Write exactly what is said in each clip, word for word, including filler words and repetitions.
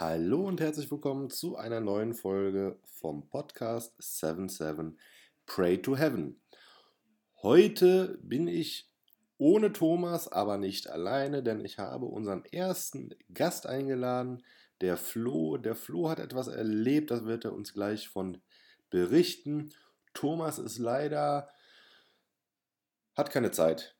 Hallo und herzlich willkommen zu einer neuen Folge vom Podcast seven seven Pray to Heaven. Heute bin ich ohne Thomas, aber nicht alleine, denn ich habe unseren ersten Gast eingeladen, der Flo. Der Flo hat etwas erlebt, das wird er uns gleich von berichten. Thomas ist leider, hat keine Zeit,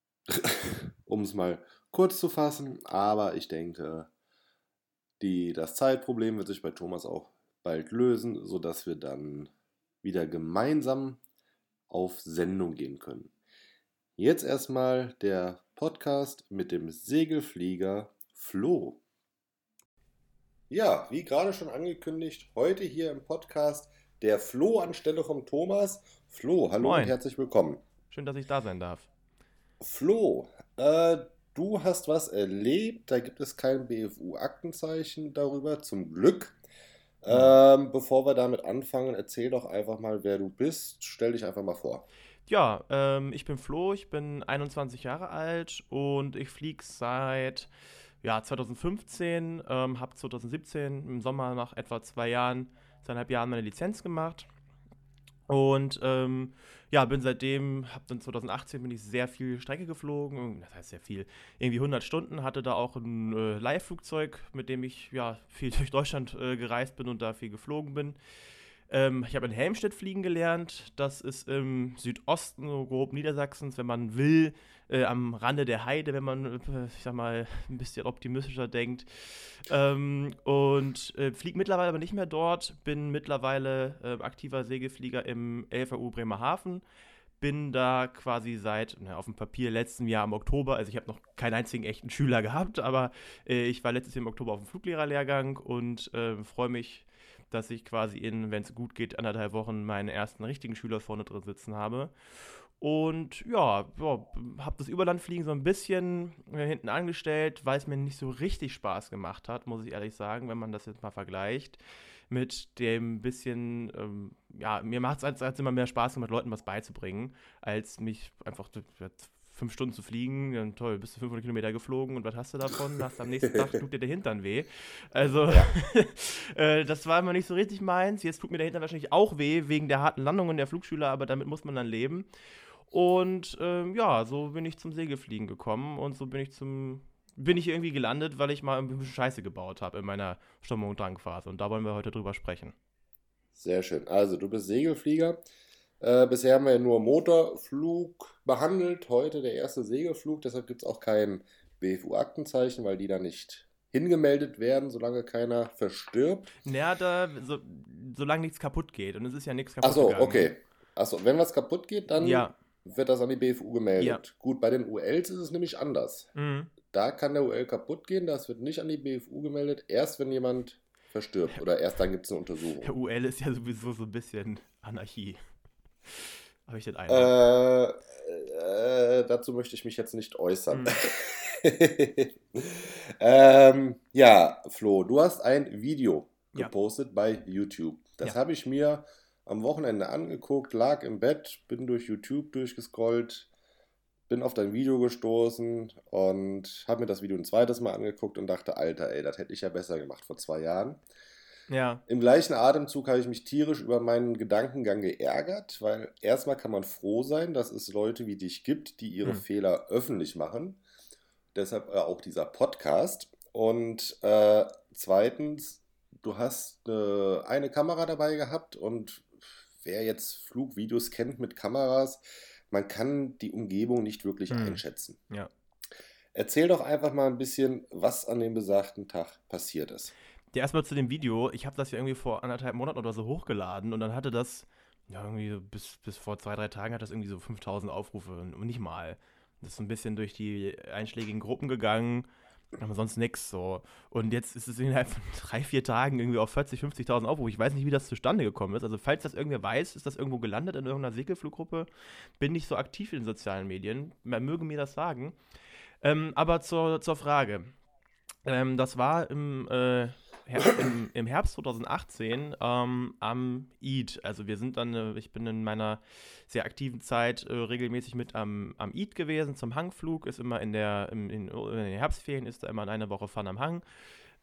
um es mal kurz zu fassen, aber ich denke, Die, das Zeitproblem wird sich bei Thomas auch bald lösen, sodass wir dann wieder gemeinsam auf Sendung gehen können. Jetzt erstmal der Podcast mit dem Segelflieger Flo. Ja, wie gerade schon angekündigt, heute hier im Podcast der Flo anstelle vom Thomas. Flo, hallo und Moin, herzlich willkommen. schön, dass ich da sein darf. Flo, äh, du hast was erlebt, da gibt es kein B F U-Aktenzeichen darüber, zum Glück. Hm. Ähm, bevor wir damit anfangen, erzähl doch einfach mal, wer du bist. Stell dich einfach mal vor. Ja, ähm, ich bin Flo, ich bin einundzwanzig Jahre alt und ich fliege seit ja, zwanzig fünfzehn, ähm, habe zwanzig siebzehn im Sommer nach etwa zwei Jahren, zweieinhalb Jahren meine Lizenz gemacht. Und ähm, ja, bin seitdem, hab dann zwanzig achtzehn bin ich sehr viel Strecke geflogen, das heißt sehr viel, irgendwie hundert Stunden, hatte da auch ein äh, Leihflugzeug, mit dem ich ja viel durch Deutschland äh, gereist bin und da viel geflogen bin. Ähm, ich habe in Helmstedt fliegen gelernt. Das ist im Südosten, so grob Niedersachsens, wenn man will, äh, am Rande der Heide, wenn man, äh, ich sag mal, ein bisschen optimistischer denkt. Ähm, und äh, fliege mittlerweile aber nicht mehr dort. Bin mittlerweile äh, aktiver Segelflieger im L V U Bremerhaven. Bin da quasi seit, na, auf dem Papier, letzten Jahr im Oktober, also ich habe noch keinen einzigen echten Schüler gehabt, aber äh, ich war letztes Jahr im Oktober auf dem Fluglehrerlehrgang und äh, freue mich, dass ich quasi in, wenn es gut geht, anderthalb Wochen meinen ersten richtigen Schüler vorne drin sitzen habe. Und ja, ja habe das Überlandfliegen so ein bisschen äh, hinten angestellt, weil es mir nicht so richtig Spaß gemacht hat, muss ich ehrlich sagen, wenn man das jetzt mal vergleicht mit dem bisschen, ähm, ja, mir macht es als, als immer mehr Spaß gemacht, Leuten was beizubringen, als mich einfach ja, fünf Stunden zu fliegen, dann toll, bist du fünfhundert Kilometer geflogen und was hast du davon? Hast am nächsten Tag tut dir der Hintern weh. Also, Ja. äh, das war immer nicht so richtig meins. Jetzt tut mir der Hintern wahrscheinlich auch weh, wegen der harten Landungen der Flugschüler, aber damit muss man dann leben. Und ähm, ja, so bin ich zum Segelfliegen gekommen und so bin ich zum bin ich irgendwie gelandet, weil ich mal ein bisschen Scheiße gebaut habe in meiner Sturm- und Drangphase. Und da wollen wir heute drüber sprechen. Sehr schön. Also, du bist Segelflieger. Äh, bisher haben wir ja nur Motorflug behandelt. Heute der erste Segelflug. Deshalb gibt es auch kein B F U-Aktenzeichen, weil die da nicht hingemeldet werden, solange keiner verstirbt. Naja, da, so, solange nichts kaputt geht. Und es ist ja nichts kaputt Achso, gegangen. okay. Achso, wenn was kaputt geht, dann Ja, wird das an die B F U ja. gemeldet. Gut, bei den U Ls ist es nämlich anders. Mhm. Da kann der U L kaputt gehen, das wird nicht an die B F U gemeldet, erst wenn jemand verstirbt oder erst dann gibt es eine Untersuchung. U L ist ja sowieso so ein bisschen Anarchie. Habe ich den Eindruck. Äh, äh, dazu möchte ich mich jetzt nicht äußern. Mhm. ähm, ja, Flo, du hast ein Video Ja, gepostet bei YouTube. Das ja. habe ich mir am Wochenende angeguckt, lag im Bett, bin durch YouTube durchgescrollt, bin auf dein Video gestoßen und habe mir das Video ein zweites Mal angeguckt und dachte, Alter, ey, das hätte ich ja besser gemacht vor zwei Jahren. Ja. Im gleichen Atemzug habe ich mich tierisch über meinen Gedankengang geärgert, weil erstmal kann man froh sein, dass es Leute wie dich gibt, die ihre Mhm. Fehler öffentlich machen. Deshalb äh, auch dieser Podcast. Und äh, zweitens, du hast äh, eine Kamera dabei gehabt und wer jetzt Flugvideos kennt mit Kameras, man kann die Umgebung nicht wirklich Mhm. einschätzen. Ja. Erzähl doch einfach mal ein bisschen, was an dem besagten Tag passiert ist. Ja, erstmal zu dem Video. Ich habe das ja irgendwie vor anderthalb Monaten oder so hochgeladen und dann hatte das, ja, irgendwie so bis, bis vor zwei, drei Tagen hat das irgendwie so fünftausend Aufrufe und nicht mal. Das ist so ein bisschen durch die einschlägigen Gruppen gegangen, aber sonst nix so. Und jetzt ist es innerhalb von drei, vier Tagen irgendwie auf vierzig, fünfzigtausend Aufrufe. Ich weiß nicht, wie das zustande gekommen ist. Also, falls das irgendwer weiß, ist das irgendwo gelandet in irgendeiner Segelfluggruppe. Bin nicht so aktiv in den sozialen Medien. Man möge mir das sagen. Ähm, aber zur, zur Frage. Ähm, das war im, äh, Her im, im Herbst zwanzig achtzehn ähm, am Eid. Also wir sind dann, äh, ich bin in meiner sehr aktiven Zeit äh, regelmäßig mit am, am Eid gewesen zum Hangflug. Ist immer in der, im, in, in den Herbstferien ist da immer in einer Woche Fun am Hang.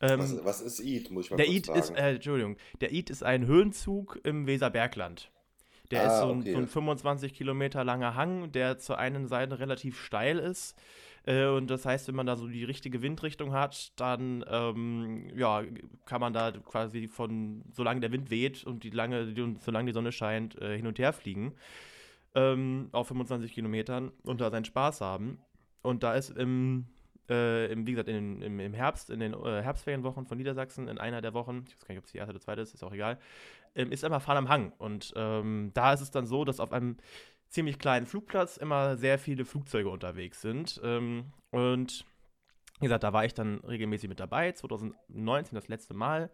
Ähm, Was, was ist Eid, muss ich mal der kurz Eid ist, fragen. äh, Entschuldigung, der Eid ist ein Höhenzug im Weserbergland. Der ist Ah, so ein, so okay. ein fünfundzwanzig Kilometer langer Hang, der zur einen Seite relativ steil ist. Äh, und das heißt, wenn man da so die richtige Windrichtung hat, dann ähm, ja, kann man da quasi von, solange der Wind weht und die lange, die, und solange die Sonne scheint, äh, hin und her fliegen. Ähm, auf fünfundzwanzig Kilometern und da seinen Spaß haben. Und da ist im, äh, im wie gesagt, in, im, im Herbst, in den äh, Herbstferienwochen von Niedersachsen, in einer der Wochen, ich weiß gar nicht, ob es die erste oder zweite ist, ist auch egal, ähm, ist immer Fahren am Hang. Und ähm, da ist es dann so, dass auf einem ziemlich kleinen Flugplatz immer sehr viele Flugzeuge unterwegs sind. Ähm, und wie gesagt, da war ich dann regelmäßig mit dabei, zwanzig neunzehn das letzte Mal.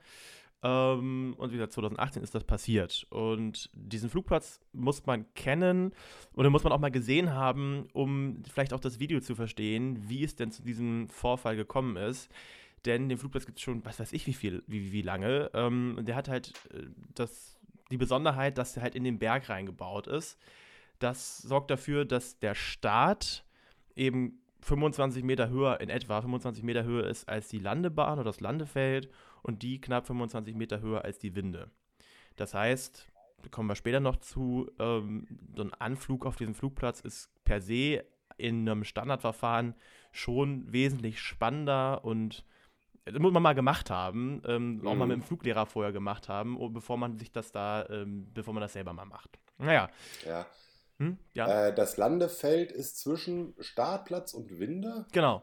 Ähm, und wie gesagt, zwanzig achtzehn ist das passiert. Und diesen Flugplatz muss man kennen oder muss man auch mal gesehen haben, um vielleicht auch das Video zu verstehen, wie es denn zu diesem Vorfall gekommen ist. Denn den Flugplatz gibt es schon, was weiß ich, wie viel, wie, wie lange. Ähm, der hat halt äh, das, die Besonderheit, dass der halt in den Berg reingebaut ist. Das sorgt dafür, dass der Start eben fünfundzwanzig Meter höher, in etwa fünfundzwanzig Meter höher ist als die Landebahn oder das Landefeld und die knapp fünfundzwanzig Meter höher als die Winde. Das heißt, da kommen wir später noch zu, ähm, so ein Anflug auf diesem Flugplatz ist per se in einem Standardverfahren schon wesentlich spannender und das muss man mal gemacht haben, ähm, auch mal mit Mhm. dem Fluglehrer vorher gemacht haben, oh, bevor man sich das da, ähm, bevor man das selber mal macht. Naja, Ja. hm, ja, Äh, das Landefeld ist zwischen Startplatz und Winde. genau.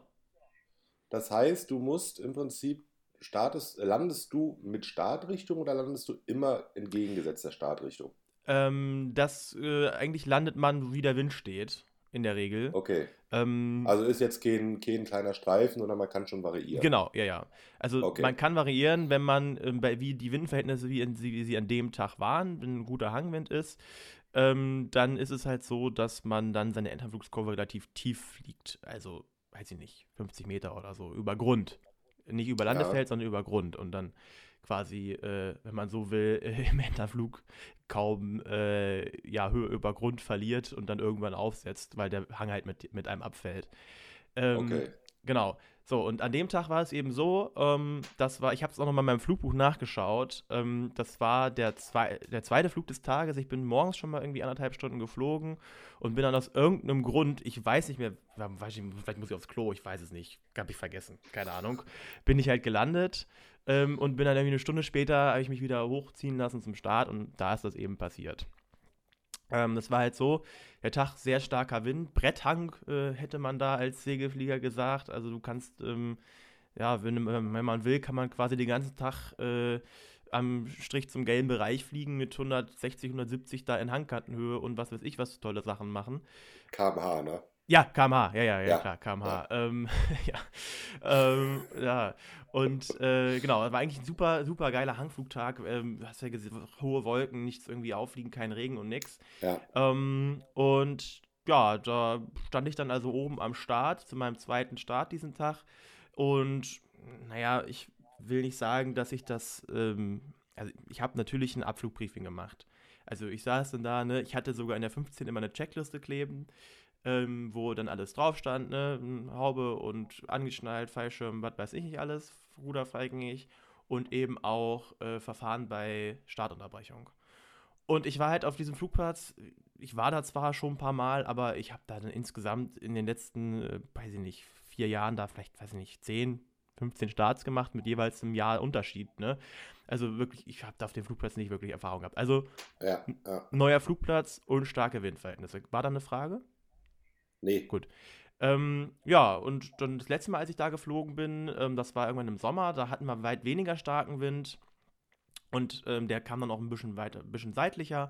Das heißt, du musst im Prinzip startest, landest du mit Startrichtung oder landest du immer entgegengesetzt der Startrichtung? Ähm, das, äh, eigentlich landet man, wie der Wind steht, in der Regel. Okay. Ähm, Also ist jetzt kein, kein kleiner Streifen, sondern man kann schon variieren. genau, ja, ja. Also Okay. man kann variieren, wenn man, ähm, bei, wie die Windverhältnisse, wie, in, sie- wie sie an dem Tag waren, wenn ein guter Hangwind ist, ähm, dann ist es halt so, dass man dann seine Endanflugskurve relativ tief fliegt. Also, weiß ich nicht, fünfzig Meter oder so, über Grund. Nicht über Ja. Landefeld, sondern über Grund. Und dann quasi, äh, wenn man so will, äh, im Endanflug kaum äh, ja, Höhe über Grund verliert und dann irgendwann aufsetzt, weil der Hang halt mit, mit einem abfällt. Ähm, Okay. genau. So, und an dem Tag war es eben so, ähm, das war, ich habe es auch nochmal in meinem Flugbuch nachgeschaut, ähm, das war der, zwei, der zweite Flug des Tages, ich bin morgens schon mal irgendwie anderthalb Stunden geflogen und bin dann aus irgendeinem Grund, ich weiß nicht mehr, weiß ich, vielleicht muss ich aufs Klo, ich weiß es nicht, hab ich vergessen, keine Ahnung, bin ich halt gelandet ähm, und bin dann irgendwie eine Stunde später, habe ich mich wieder hochziehen lassen zum Start und da ist das eben passiert. Ähm, das war halt so, der Tag sehr starker Wind, Bretthang äh, hätte man da als Segelflieger gesagt. Also du kannst, ähm, ja, wenn, wenn man will, kann man quasi den ganzen Tag äh, am Strich zum gelben Bereich fliegen mit hundertsechzig, hundertsiebzig da in Hangkantenhöhe und was weiß ich, was für tolle Sachen machen. Kilometer pro Stunde, ne? Ja, Kilometer pro Stunde, ja, ja, ja, Ja. klar, Ja. Kilometer pro Stunde. Ähm, ja. Ähm, ja. Und äh, genau, das war eigentlich ein super, super geiler Hangflugtag. Ähm, du hast ja gesehen, hohe Wolken, nichts irgendwie auffliegen, kein Regen und nix. Ja. Ähm, und ja, da stand ich dann also oben am Start, zu meinem zweiten Start diesen Tag. Und naja, ich will nicht sagen, dass ich das, ähm, also ich habe natürlich ein Abflugbriefing gemacht. Also ich saß dann da, ne, ich hatte sogar in der fünfzehn immer eine Checkliste kleben, ähm, wo dann alles drauf stand, ne, Haube und angeschnallt, Fallschirm, was weiß ich nicht alles, Ruder freigängig und eben auch äh, Verfahren bei Startunterbrechung. Und ich war halt auf diesem Flugplatz, ich war da zwar schon ein paar Mal, aber ich habe da dann insgesamt in den letzten, äh, weiß ich nicht, vier Jahren da vielleicht, weiß ich nicht, zehn, fünfzehn Starts gemacht mit jeweils einem Jahr Unterschied, ne? Also wirklich, ich habe da auf dem Flugplatz nicht wirklich Erfahrung gehabt. Also Ja. Ja. neuer Flugplatz und starke Windverhältnisse. War da eine Frage? Nee. Gut. Ähm, ja, und dann das letzte Mal, als ich da geflogen bin, ähm, das war irgendwann im Sommer, da hatten wir weit weniger starken Wind und ähm, der kam dann auch ein bisschen weiter, ein bisschen seitlicher.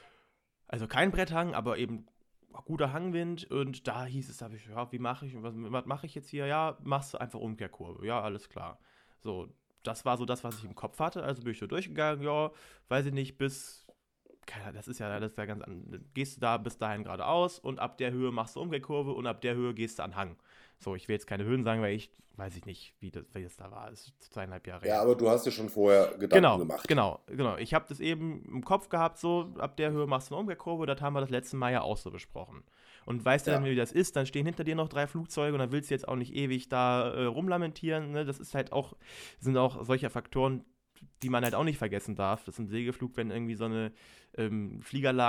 Also kein Bretthang, aber eben guter Hangwind und da hieß es, ich, ja, wie mache ich, was, was mache ich jetzt hier? Ja, machst du einfach Umkehrkurve. Ja, alles klar. So, das war so das, was ich im Kopf hatte. Also bin ich so durchgegangen, ja, weiß ich nicht, bis, ja, das ist ja, das ist ja ganz an. Gehst du da bis dahin geradeaus und ab der Höhe machst du Umkehrkurve und ab der Höhe gehst du an Hang. So, ich will jetzt keine Höhen sagen, weil ich weiß ich nicht, wie das, wie das da war. Das ist zweieinhalb Jahre Ja, her. aber du hast dir schon vorher Gedanken Genau, gemacht. genau, genau. Ich habe das eben im Kopf gehabt, so ab der Höhe machst du eine Umkehrkurve, das haben wir das letzte Mal ja auch so besprochen. Und weißt du dann, Ja, wie das ist, dann stehen hinter dir noch drei Flugzeuge und dann willst du jetzt auch nicht ewig da äh, rumlamentieren. Ne? Das ist halt auch, sind auch solche Faktoren, die man halt auch nicht vergessen darf. Das ist im Segelflug, wenn irgendwie so eine ähm,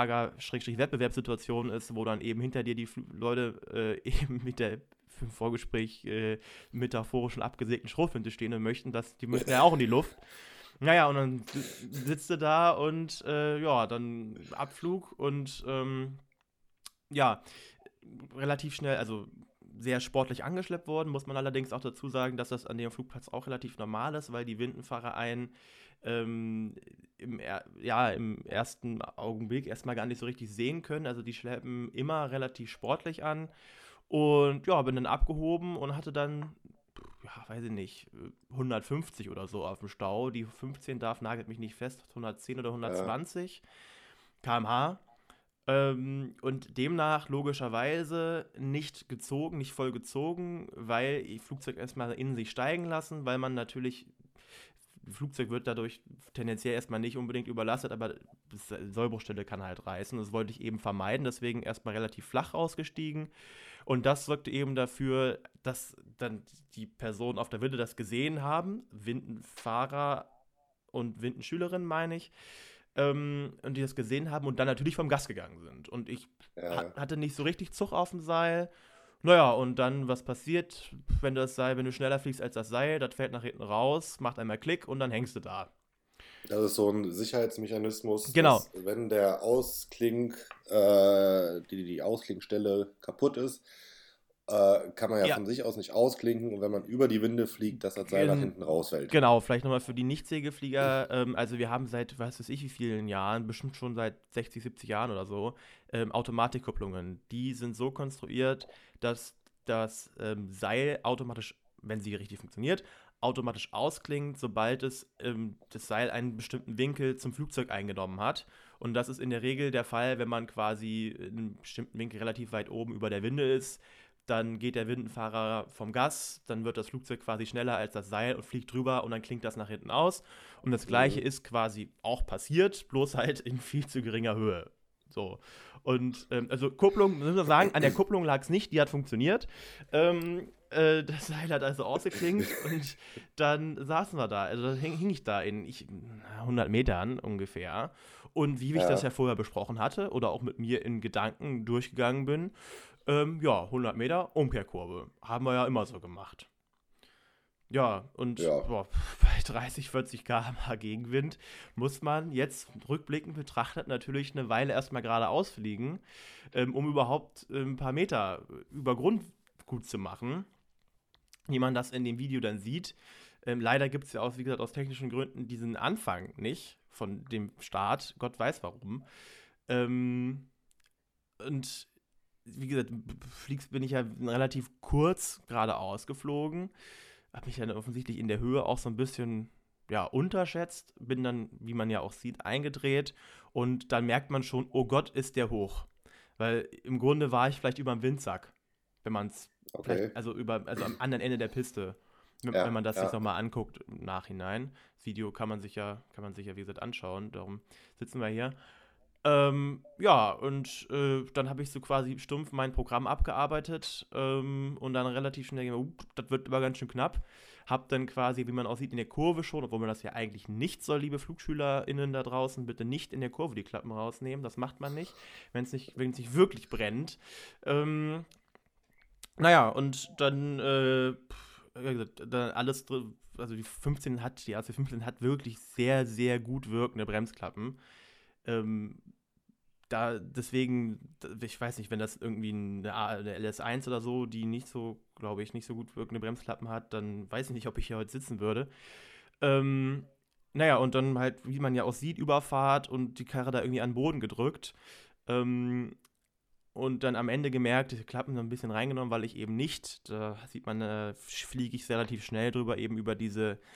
Fliegerlager-Wettbewerbssituation ist, wo dann eben hinter dir die Fl- Leute äh, eben mit der im Vorgespräch äh, metaphorischen abgesägten Schrotflinte stehen und möchten, dass die müssen ja auch in die Luft. Naja, und dann sitzt du da und äh, ja, dann Abflug und ähm, ja, relativ schnell, also sehr sportlich angeschleppt worden, muss man allerdings auch dazu sagen, dass das an dem Flugplatz auch relativ normal ist, weil die Windenfahrer einen ähm, im, er- ja, im ersten Augenblick erstmal gar nicht so richtig sehen können. Also die schleppen immer relativ sportlich an. Und ja, bin dann abgehoben und hatte dann, ja, weiß ich nicht, hundertfünfzig oder so auf dem Stau. Die fünfzehn darf, nagelt mich nicht fest, hundertzehn oder ja, hundertzwanzig Kilometer pro Stunde. Ähm, und demnach logischerweise nicht gezogen, nicht voll gezogen, weil das Flugzeug erstmal in sich steigen lassen, weil man natürlich, das Flugzeug wird dadurch tendenziell erstmal nicht unbedingt überlastet, aber die Sollbruchstelle kann halt reißen. Das wollte ich eben vermeiden, deswegen erstmal relativ flach ausgestiegen. Und das sorgte eben dafür, dass dann die Personen auf der Winde das gesehen haben, Windenfahrer und Windenschülerinnen meine ich, ähm, und die das gesehen haben und dann natürlich vom Gas gegangen sind. Und ich ha ja. hatte nicht so richtig Zug auf dem Seil. Naja, und dann, was passiert, wenn das Seil, wenn du schneller fliegst als das Seil, das fällt nach hinten raus, macht einmal Klick und dann hängst du da. Das ist so ein Sicherheitsmechanismus, Genau. dass wenn der Ausklink, äh, die, die Ausklingstelle kaputt ist, äh, kann man ja Ja, von sich aus nicht ausklinken und wenn man über die Winde fliegt, dass das Seil nach gen hinten rausfällt. genau, vielleicht nochmal für die Nicht-Segelflieger. Ähm, also wir haben seit, was weiß ich, wie vielen Jahren, bestimmt schon seit sechzig, siebzig Jahren oder so, ähm, Automatikkupplungen. Die sind so konstruiert, dass das ähm, Seil automatisch, wenn sie richtig funktioniert, automatisch ausklingt, sobald es ähm, das Seil einen bestimmten Winkel zum Flugzeug eingenommen hat. Und das ist in der Regel der Fall, wenn man quasi in einem bestimmten Winkel relativ weit oben über der Winde ist. Dann geht der Windenfahrer vom Gas, dann wird das Flugzeug quasi schneller als das Seil und fliegt drüber und dann klingt das nach hinten aus. Und das gleiche Mhm. ist quasi auch passiert, bloß halt in viel zu geringer Höhe. So. Und ähm, also Kupplung, müssen wir sagen, an der Kupplung lag es nicht, die hat funktioniert. Ähm, äh, das Seil hat also ausgeklingt und dann saßen wir da. Also da hing, hing ich da in ich, hundert Metern ungefähr. Und wie ich das ja Ja, vorher besprochen hatte oder auch mit mir in Gedanken durchgegangen bin, ähm, ja, hundert Meter Umkehrkurve. Haben wir ja immer so gemacht. Ja, und ja. boah, bei dreißig, vierzig Kilometer pro Stunde Gegenwind muss man jetzt rückblickend betrachtet natürlich eine Weile erstmal geradeaus fliegen, ähm, um überhaupt äh, ein paar Meter über Grund gut zu machen. Wie man das in dem Video dann sieht. Ähm, leider gibt es ja auch, wie gesagt, aus technischen Gründen diesen Anfang nicht von dem Start. Gott weiß warum. Ähm, und wie gesagt, fliegst bin ich ja relativ kurz geradeaus geflogen. Habe mich dann offensichtlich in der Höhe auch so ein bisschen ja, unterschätzt. Bin dann, wie man ja auch sieht, eingedreht. Und dann merkt man schon, oh Gott, ist der hoch. Weil im Grunde war ich vielleicht über dem Windsack. Wenn man es vielleicht, Okay. also über, also am anderen Ende der Piste. Wenn wenn Ja, man das sich ja. nochmal anguckt im Nachhinein. Das Video kann man sich ja, kann man sich ja, wie gesagt, anschauen. Darum sitzen wir hier. Ähm, ja, und äh, dann habe ich so quasi stumpf mein Programm abgearbeitet ähm, und dann relativ schnell gemerkt, uh, das wird aber ganz schön knapp. Hab dann quasi, wie man aussieht, in der Kurve schon, obwohl man das ja eigentlich nicht soll, liebe FlugschülerInnen da draußen, bitte nicht in der Kurve die Klappen rausnehmen. Das macht man nicht, wenn es nicht, wenn's nicht wirklich brennt. Ähm, naja, und dann, äh, pff, wie gesagt, dann alles drin, also die fünfzehn hat, die A C fünfzehn hat wirklich sehr, sehr gut wirkende Bremsklappen. Ähm, da deswegen, ich weiß nicht, wenn das irgendwie eine, A- eine L S eins oder so, die nicht so, glaube ich, nicht so gut wirkende Bremsklappen hat, dann weiß ich nicht, ob ich hier heute sitzen würde. Ähm, naja, und dann halt, wie man ja auch sieht, Überfahrt und die Karre da irgendwie an den Boden gedrückt. Ähm, und dann am Ende gemerkt, die Klappen so ein bisschen reingenommen, weil ich eben nicht, da sieht man, äh, fliege ich relativ schnell drüber, eben über diese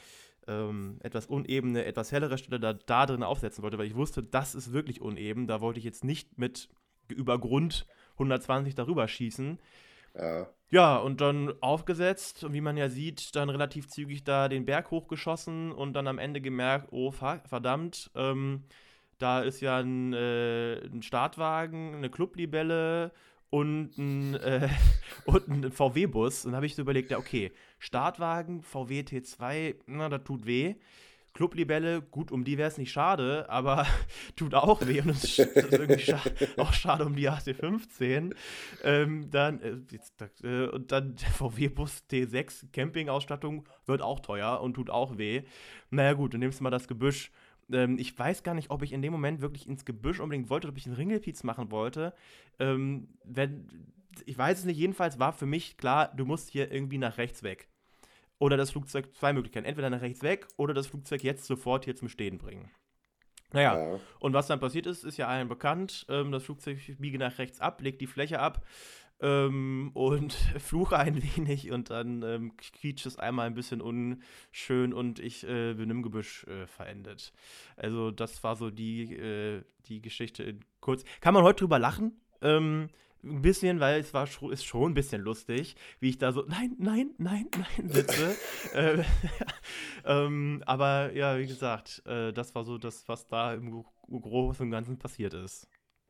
ähm, etwas unebene, etwas hellere Stelle da, da drin aufsetzen wollte, weil ich wusste, das ist wirklich uneben. Da wollte ich jetzt nicht mit über Grund hundertzwanzig darüber schießen. Ja. Ja, und dann aufgesetzt und wie man ja sieht, dann relativ zügig da den Berg hochgeschossen und dann am Ende gemerkt, oh fuck, verdammt, ähm, da ist ja ein, äh, ein Startwagen, eine Clublibelle und ein, äh, und ein V W-Bus. Und dann habe ich so überlegt, ja okay, Startwagen, V W T zwei, na, das tut weh. Clublibelle, gut, um die wäre es nicht schade, aber tut auch weh und es ist irgendwie scha auch schade um die A T fünfzehn. Ähm, dann, äh, jetzt, äh, und dann der V W-Bus T sechs Campingausstattung wird auch teuer und tut auch weh. Naja gut, dann nimmst du mal das Gebüsch. Ähm, ich weiß gar nicht, ob ich in dem Moment wirklich ins Gebüsch unbedingt wollte oder ob ich einen Ringelpiez machen wollte. Ähm, wenn, ich weiß es nicht, jedenfalls war für mich klar, du musst hier irgendwie nach rechts weg. Oder das Flugzeug, zwei Möglichkeiten, entweder nach rechts weg oder das Flugzeug jetzt sofort hier zum Stehen bringen. Naja, Ja. und was dann passiert ist, ist ja allen bekannt. Ähm, das Flugzeug biege nach rechts ab, legt die Fläche ab ähm, und fluche ein wenig und dann ähm, quietscht es einmal ein bisschen unschön und ich äh, bin im Gebüsch äh, verendet. Also das war so die, äh, die Geschichte in kurz. Kann man heute drüber lachen? Ähm, ein bisschen, weil es war schon, ist schon ein bisschen lustig, wie ich da so, nein, nein, nein, nein sitze. äh, ähm, aber ja, wie gesagt, äh, das war so das, was da im Großen und Ganzen passiert ist.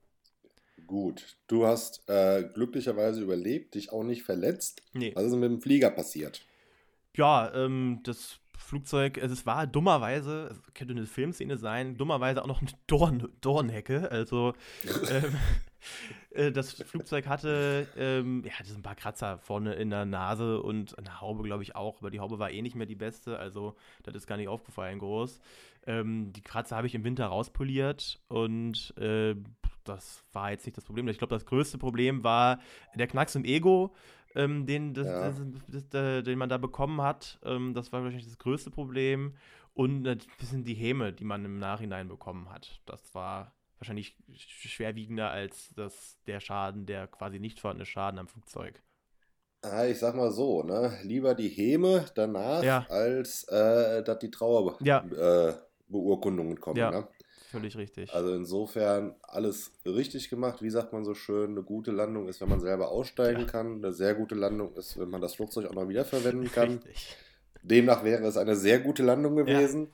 Gut. Du hast äh, glücklicherweise überlebt, dich auch nicht verletzt. Nee. Was ist denn mit dem Flieger passiert? Ja, ähm, das Flugzeug, also es war dummerweise, es könnte eine Filmszene sein, dummerweise auch noch eine Dorn, Dornhecke. Also ähm, äh, das Flugzeug hatte, ähm, ja, das ein paar Kratzer vorne in der Nase und an der Haube, glaube ich, auch. Aber die Haube war eh nicht mehr die beste, also das ist gar nicht aufgefallen groß. Ähm, die Kratzer habe ich im Winter rauspoliert und äh, das war jetzt nicht das Problem. Ich glaube, das größte Problem war der Knacks im Ego, ähm, den, das, Ja. das, das, das, den man da bekommen hat. Ähm, das war wahrscheinlich das größte Problem. Und ein bisschen die Häme, die man im Nachhinein bekommen hat. Das war wahrscheinlich schwerwiegender als das, der Schaden, der quasi nicht vorhandene Schaden am Flugzeug. Ah, ich sag mal so, ne? Lieber die Häme danach, Ja, als äh, dass die ja, Trauerbeurkundungen äh, Beurkundungen kommen, ja, ne? völlig richtig. Also insofern alles richtig gemacht. Wie sagt man so schön, eine gute Landung ist, wenn man selber Ja, aussteigen kann. Eine sehr gute Landung ist, wenn man das Flugzeug auch noch wiederverwenden kann. richtig. Demnach wäre es eine sehr gute Landung Ja. gewesen.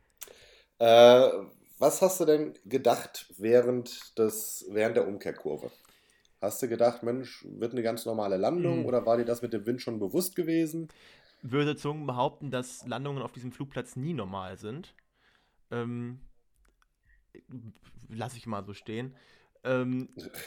Äh, Was hast du denn gedacht während des, während der Umkehrkurve? Hast du gedacht, Mensch, wird eine ganz normale Landung Hm. oder war dir das mit dem Wind schon bewusst gewesen? Würde Zungen behaupten, dass Landungen auf diesem Flugplatz nie normal sind. Ähm, Lass ich mal so stehen. Ähm,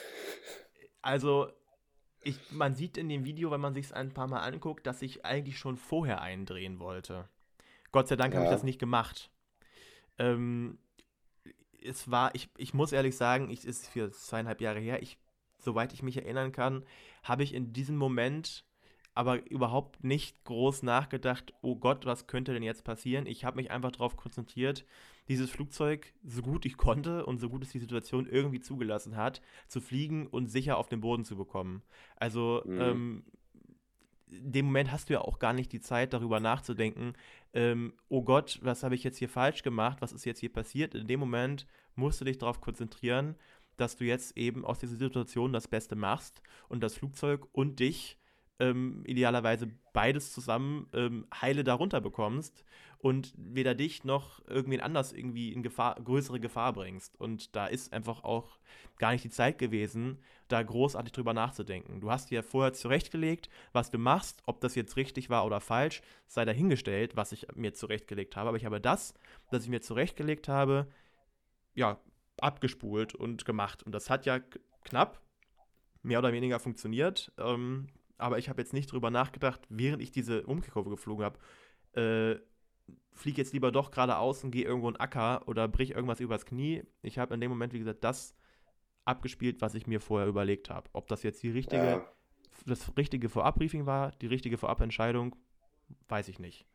also, ich, man sieht in dem Video, wenn man sich es ein paar Mal anguckt, dass ich eigentlich schon vorher eindrehen wollte. Gott sei Dank habe ich das Ja, nicht gemacht. Ähm, Es war, ich, ich muss ehrlich sagen, ich ist für zweieinhalb Jahre her, ich, soweit ich mich erinnern kann, habe ich in diesem Moment aber überhaupt nicht groß nachgedacht, oh Gott, was könnte denn jetzt passieren? Ich habe mich einfach darauf konzentriert, dieses Flugzeug, so gut ich konnte und so gut es die Situation irgendwie zugelassen hat, zu fliegen und sicher auf den Boden zu bekommen. Also, hm, ähm, in dem Moment hast du ja auch gar nicht die Zeit, darüber nachzudenken, ähm, oh Gott, was habe ich jetzt hier falsch gemacht, was ist jetzt hier passiert? In dem Moment musst du dich darauf konzentrieren, dass du jetzt eben aus dieser Situation das Beste machst und das Flugzeug und dich ähm, idealerweise beides zusammen ähm, heile darunter bekommst und weder dich noch irgendwen anders irgendwie in Gefahr, größere Gefahr bringst. Und da ist einfach auch gar nicht die Zeit gewesen, da großartig drüber nachzudenken. Du hast dir vorher zurechtgelegt, was du machst, ob das jetzt richtig war oder falsch, sei dahingestellt, was ich mir zurechtgelegt habe. Aber ich habe das, das ich mir zurechtgelegt habe, ja, abgespult und gemacht. Und das hat ja k- knapp mehr oder weniger funktioniert. Ähm, aber ich habe jetzt nicht drüber nachgedacht, während ich diese Umkehrkurve geflogen habe, äh, flieg jetzt lieber doch geradeaus und gehe irgendwo in den Acker oder brich irgendwas übers Knie. Ich habe in dem Moment, wie gesagt, das abgespielt, was ich mir vorher überlegt habe. Ob das jetzt die richtige, ja. das richtige Vorabbriefing war, die richtige Vorabentscheidung, weiß ich nicht.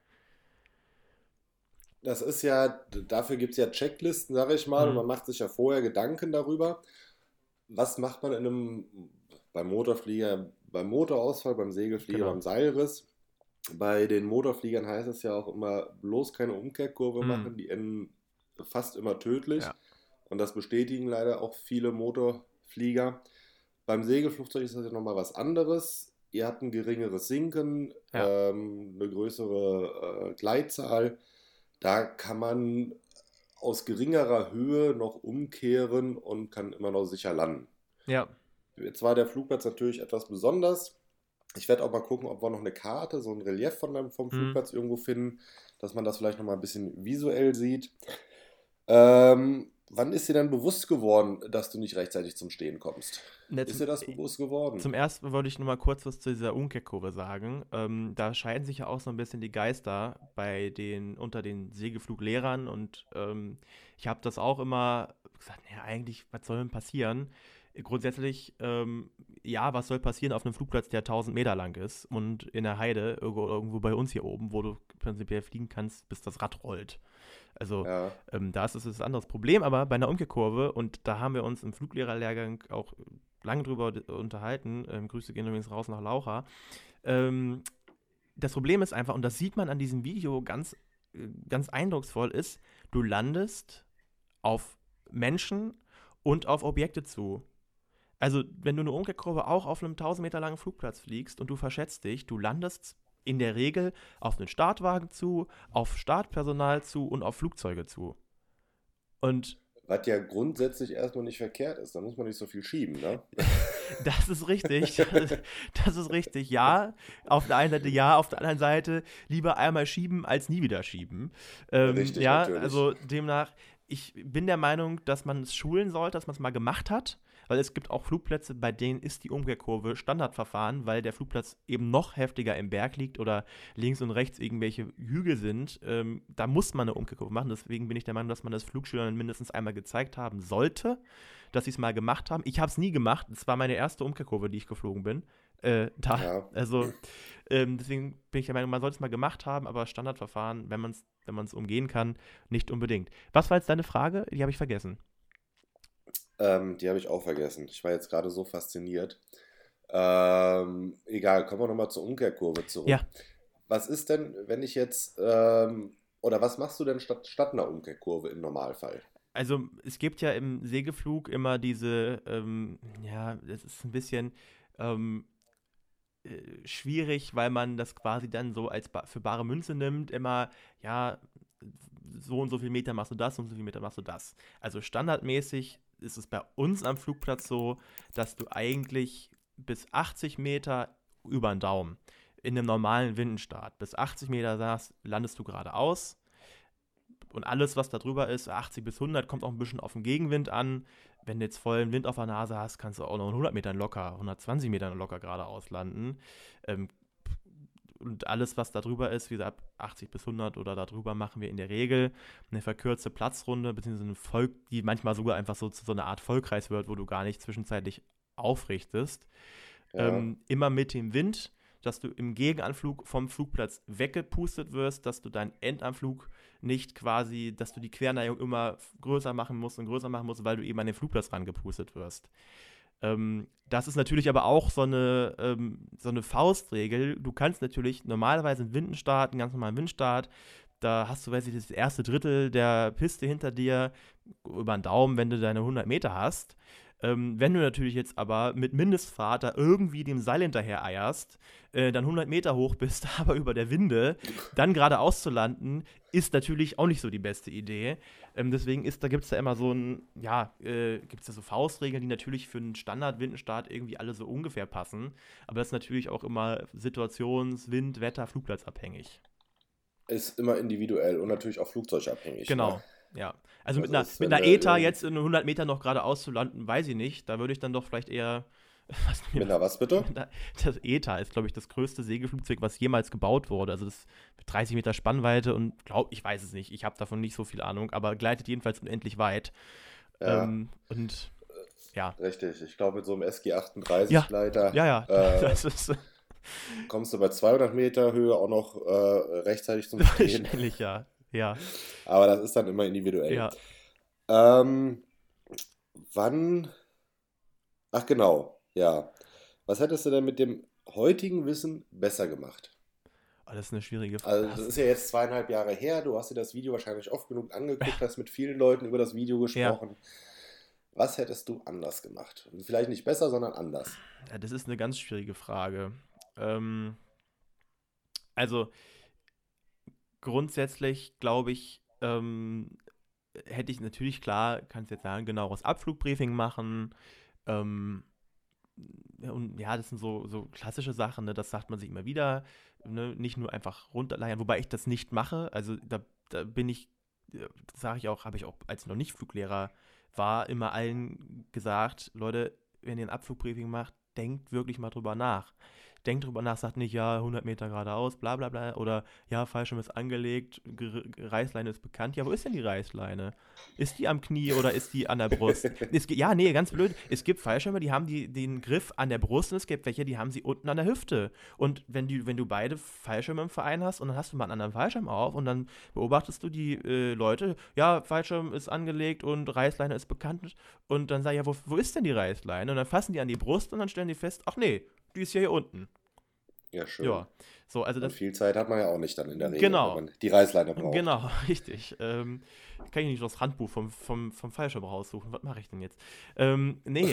Das ist ja, dafür gibt es ja Checklisten, sage ich mal, und Mhm. man macht sich ja vorher Gedanken darüber, was macht man in einem, beim Motorflieger, beim Motorausfall, beim Segelflieger, Genau. beim Seilriss. Bei den Motorfliegern heißt es ja auch immer, bloß keine Umkehrkurve Mm, machen, die enden fast immer tödlich. ja, Und das bestätigen leider auch viele Motorflieger. Beim Segelflugzeug ist das ja nochmal was anderes. Ihr habt ein geringeres Sinken, ja, ähm, eine größere äh, Gleitzahl. Da kann man aus geringerer Höhe noch umkehren und kann immer noch sicher landen. ja. Jetzt war der Flugplatz natürlich etwas besonders. Ich werde auch mal gucken, ob wir noch eine Karte, so ein Relief von dem, vom Mm. Flugplatz irgendwo finden, dass man das vielleicht noch mal ein bisschen visuell sieht. Ähm, wann ist dir dann bewusst geworden, dass du nicht rechtzeitig zum Stehen kommst? Ne, Ist zum, dir das bewusst geworden? zum ersten wollte ich nur mal kurz was zu dieser Umkehrkurve sagen. Ähm, da scheiden sich ja auch so ein bisschen die Geister bei den, unter den Segelfluglehrern und ähm, ich habe das auch immer gesagt, naja, eigentlich, was soll denn passieren? Grundsätzlich, ähm, ja, was soll passieren auf einem Flugplatz, der tausend Meter lang ist und in der Heide, irgendwo, irgendwo bei uns hier oben, wo du prinzipiell fliegen kannst, bis das Rad rollt. Also Ja, ähm, da ist es ein anderes Problem, aber bei einer Umkehrkurve, und da haben wir uns im Fluglehrerlehrgang auch lange drüber d- unterhalten, ähm, Grüße gehen übrigens raus nach Laucha, ähm, das Problem ist einfach, und das sieht man an diesem Video ganz, äh, ganz eindrucksvoll, ist, du landest auf Menschen und auf Objekte zu. Also, wenn du eine Umkehrkurve auch auf einem tausend Meter langen Flugplatz fliegst und du verschätzt dich, du landest in der Regel auf einen Startwagen zu, auf Startpersonal zu und auf Flugzeuge zu. Und was ja grundsätzlich erstmal nicht verkehrt ist. Da muss man nicht so viel schieben, ne? das ist richtig. Das ist richtig. Ja, auf der einen Seite ja, auf der anderen Seite lieber einmal schieben als nie wieder schieben. Ähm, Richtig, ja, natürlich. also demnach, ich bin der Meinung, dass man es schulen sollte, dass man es mal gemacht hat, weil es gibt auch Flugplätze, bei denen ist die Umkehrkurve Standardverfahren, weil der Flugplatz eben noch heftiger im Berg liegt oder links und rechts irgendwelche Hügel sind. Ähm, da muss man eine Umkehrkurve machen. Deswegen bin ich der Meinung, dass man das Flugschülern mindestens einmal gezeigt haben sollte, dass sie es mal gemacht haben. Ich habe es nie gemacht. Es war meine erste Umkehrkurve, die ich geflogen bin. Äh, da, Ja. also, ähm, deswegen bin ich der Meinung, man sollte es mal gemacht haben, aber Standardverfahren, wenn man es wenn man es umgehen kann, nicht unbedingt. Was war jetzt deine Frage? Die habe ich vergessen. Ähm, die habe ich auch vergessen. Ich war jetzt gerade so fasziniert. Ähm, egal, kommen wir nochmal zur Umkehrkurve zurück. Ja, Was ist denn, wenn ich jetzt, ähm, oder was machst du denn statt, statt einer Umkehrkurve im Normalfall? also es gibt ja im Segelflug immer diese, ähm, ja, das ist ein bisschen ähm, äh, schwierig, weil man das quasi dann so als ba für bare Münze nimmt, immer, ja, so und so viel Meter machst du das, so und so viel Meter machst du das. Also standardmäßig ist es bei uns am Flugplatz so, dass du eigentlich bis achtzig Meter über den Daumen in einem normalen Windenstart, bis achtzig Meter sagst, landest du geradeaus und alles, was da drüber ist, achtzig bis hundert, kommt auch ein bisschen auf den Gegenwind an. Wenn du jetzt vollen Wind auf der Nase hast, kannst du auch noch in hundert Metern locker, hundertzwanzig Metern locker geradeaus landen. Ähm, und alles, was da drüber ist, wie gesagt, achtzig bis hundert oder darüber, machen wir in der Regel eine verkürzte Platzrunde, beziehungsweise eine Voll, die manchmal sogar einfach so zu so einer Art Vollkreis wird, wo du gar nicht zwischenzeitlich aufrichtest. Ja, Ähm, immer mit dem Wind, dass du im Gegenanflug vom Flugplatz weggepustet wirst, dass du deinen Endanflug nicht quasi, dass du die Querneigung immer größer machen musst und größer machen musst, weil du eben an den Flugplatz rangepustet wirst. Ähm, das ist natürlich aber auch so eine, ähm, so eine Faustregel. Du kannst natürlich normalerweise einen Windenstart, einen ganz normalen Windstart, da hast du, weiß ich, das erste Drittel der Piste hinter dir über den Daumen, wenn du deine hundert Meter hast. Ähm, wenn du natürlich jetzt aber mit Mindestfahrt da irgendwie dem Seil hinterher eierst, äh, dann hundert Meter hoch bist, aber über der Winde, dann geradeaus zu landen, ist natürlich auch nicht so die beste Idee. Ähm, deswegen ist, da gibt es da immer so ein, ja, äh, gibt es da so Faustregeln, die natürlich für einen Standard-Windenstart irgendwie alle so ungefähr passen. Aber das ist natürlich auch immer situations-, Wind-, Wetter-, Flugplatzabhängig. ist immer individuell und natürlich auch flugzeugabhängig, ne? Genau, ja. Also mit Also einer, ist, mit wenn einer du ETA irgend jetzt in hundert Meter noch geradeaus zu landen, weiß ich nicht. Da würde ich dann doch vielleicht eher, was mir mit das, einer was bitte? mit einer, das ETA ist, glaube ich, das größte Segelflugzeug, was jemals gebaut wurde. Also das mit dreißig Meter Spannweite und glaub, ich weiß es nicht. Ich habe davon nicht so viel Ahnung, aber gleitet jedenfalls unendlich weit. Ja, Ähm, und ja, richtig. Ich glaube, mit so einem S G ja, achtunddreißig-Gleiter ja, ja, äh, das ist kommst du bei zweihundert Meter Höhe auch noch äh, rechtzeitig zum Stehen. wahrscheinlich, ja, ja, Aber das ist dann immer individuell. ja. Ähm, wann? Ach genau, ja. Was hättest du denn mit dem heutigen Wissen besser gemacht? das ist eine schwierige Also Frage. das ist ja jetzt zweieinhalb Jahre her, du hast dir das Video wahrscheinlich oft genug angeguckt, hast mit vielen Leuten über das Video Ja, gesprochen. Was hättest du anders gemacht? Vielleicht nicht besser, sondern anders. ja, das ist eine ganz schwierige Frage. Ähm, also grundsätzlich glaube ich, ähm, hätte ich natürlich, klar, kannst jetzt sagen, genaueres Abflugbriefing machen. Ähm, und ja, das sind so, so klassische Sachen, ne? Das sagt man sich immer wieder. Ne? Nicht nur einfach runterleiern, wobei ich das nicht mache. Also da, da bin ich, das sage ich auch, habe ich auch als noch nicht Fluglehrer war, immer allen gesagt, Leute, wenn ihr ein Abflugbriefing macht, denkt wirklich mal drüber nach. Denkt drüber nach, sagt nicht, ja, hundert Meter geradeaus, bla bla bla, oder ja, Fallschirm ist angelegt, Ge- Reißleine ist bekannt. Ja, wo ist denn die Reißleine? Ist die am Knie oder ist die an der Brust? Es, gi- ja, nee, ganz blöd. Es gibt Fallschirme, die haben die, den Griff an der Brust und es gibt welche, die haben sie unten an der Hüfte. Und wenn, die, wenn du beide Fallschirme im Verein hast und dann hast du mal einen anderen Fallschirm auf und dann beobachtest du die äh, Leute, ja, Fallschirm ist angelegt und Reißleine ist bekannt und dann sag ich, ja, wo, wo ist denn die Reißleine? Und dann fassen die an die Brust und dann stellen die fest, ach nee, die ist ja hier unten. Ja, schön. Ja, so, also Und das, viel Zeit hat man ja auch nicht dann in der Regel, wenn genau, man die Reißleine braucht. genau, richtig. Ähm, kann ich nicht das Handbuch vom, vom, vom Fallschirm raussuchen? Was mache ich denn jetzt? Ähm, nee.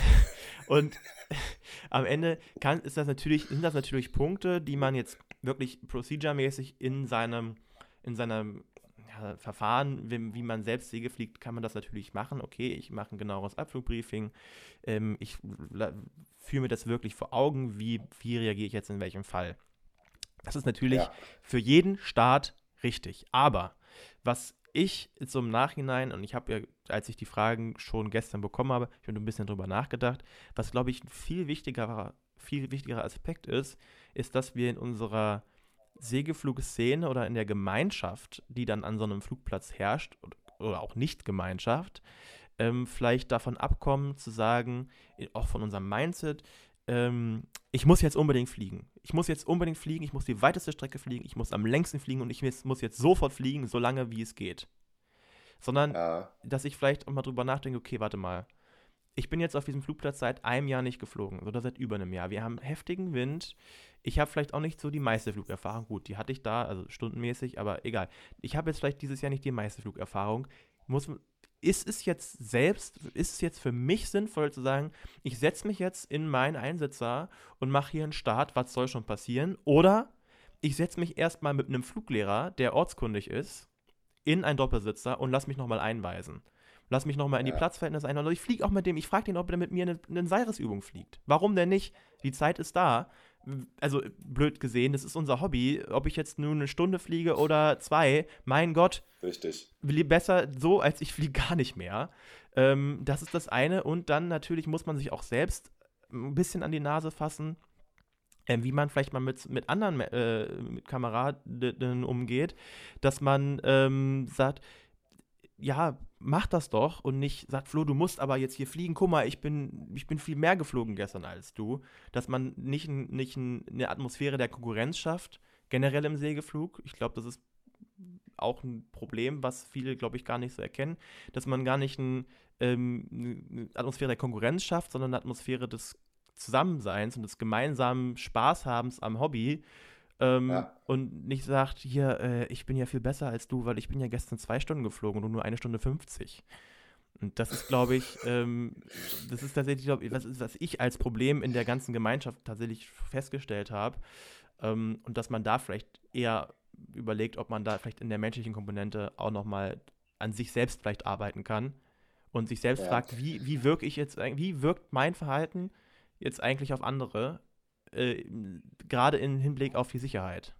Und am Ende kann, ist das natürlich, sind das natürlich Punkte, die man jetzt wirklich proceduremäßig in seinem, in seinem ja, Verfahren, wie, wie man selbst Säge fliegt, kann man das natürlich machen. Okay, ich mache ein genaueres Abflugbriefing. Ähm, ich la- führe mir das wirklich vor Augen, wie, wie reagiere ich jetzt in welchem Fall. Das ist natürlich Ja, für jeden Staat richtig. Aber was ich jetzt so im Nachhinein, und ich habe ja, als ich die Fragen schon gestern bekommen habe, ich habe ein bisschen drüber nachgedacht, was, glaube ich, ein viel wichtigerer, viel wichtigerer Aspekt ist, ist, dass wir in unserer Segelflugszene oder in der Gemeinschaft, die dann an so einem Flugplatz herrscht, oder oder auch Nicht-Gemeinschaft, ähm, vielleicht davon abkommen, zu sagen, äh, auch von unserem Mindset, ähm, ich muss jetzt unbedingt fliegen. Ich muss jetzt unbedingt fliegen, ich muss die weiteste Strecke fliegen, ich muss am längsten fliegen und ich muss muss jetzt sofort fliegen, so lange wie es geht. Sondern, ja, dass ich vielleicht auch mal drüber nachdenke, okay, warte mal, ich bin jetzt auf diesem Flugplatz seit einem Jahr nicht geflogen oder seit über einem Jahr. Wir haben heftigen Wind. Ich habe vielleicht auch nicht so die meiste Flugerfahrung. Gut, die hatte ich da, also stundenmäßig, aber egal. Ich habe jetzt vielleicht dieses Jahr nicht die meiste Flugerfahrung. Muss, ist es jetzt selbst, ist es jetzt für mich sinnvoll zu sagen, ich setze mich jetzt in meinen Einsitzer und mache hier einen Start, was soll schon passieren? Oder ich setze mich erstmal mit einem Fluglehrer, der ortskundig ist, in einen Doppelsitzer und lass mich nochmal einweisen. Lass mich nochmal in die ja, Platzverhältnisse ein. Oder ich fliege auch mit dem, ich frage den, ob er mit mir eine, eine Seilresübung fliegt. Warum denn nicht? Die Zeit ist da. Also, blöd gesehen, das ist unser Hobby. Ob ich jetzt nur eine Stunde fliege oder zwei, mein Gott, richtig. besser so, als ich fliege gar nicht mehr. Ähm, das ist das eine. Und dann natürlich muss man sich auch selbst ein bisschen an die Nase fassen, ähm, wie man vielleicht mal mit, mit anderen äh, mit Kameraden umgeht, dass man ähm, sagt, ja, mach das doch und nicht sagt, Flo, du musst aber jetzt hier fliegen. Guck mal, ich bin, ich bin viel mehr geflogen gestern als du. Dass man nicht, ein- nicht ein, eine Atmosphäre der Konkurrenz schafft, generell im Segelflug. Ich glaube, das ist auch ein Problem, was viele, glaube ich, gar nicht so erkennen, dass man gar nicht ein, ähm, eine Atmosphäre der Konkurrenz schafft, sondern eine Atmosphäre des Zusammenseins und des gemeinsamen Spaßhabens am Hobby, ähm, Ja. und nicht sagt, hier, äh, ich bin ja viel besser als du, weil ich bin ja gestern zwei Stunden geflogen und du nur eine Stunde fünfzig. Und das ist, glaube ich, ähm, das ist tatsächlich, glaub ich, was, was ich als Problem in der ganzen Gemeinschaft tatsächlich festgestellt habe. Ähm, und dass man da vielleicht eher überlegt, ob man da vielleicht in der menschlichen Komponente auch nochmal an sich selbst vielleicht arbeiten kann und sich selbst Ja. fragt, wie, wie wirke ich jetzt, eig- wie wirkt mein Verhalten jetzt eigentlich auf andere, äh, gerade im Hinblick auf die Sicherheit.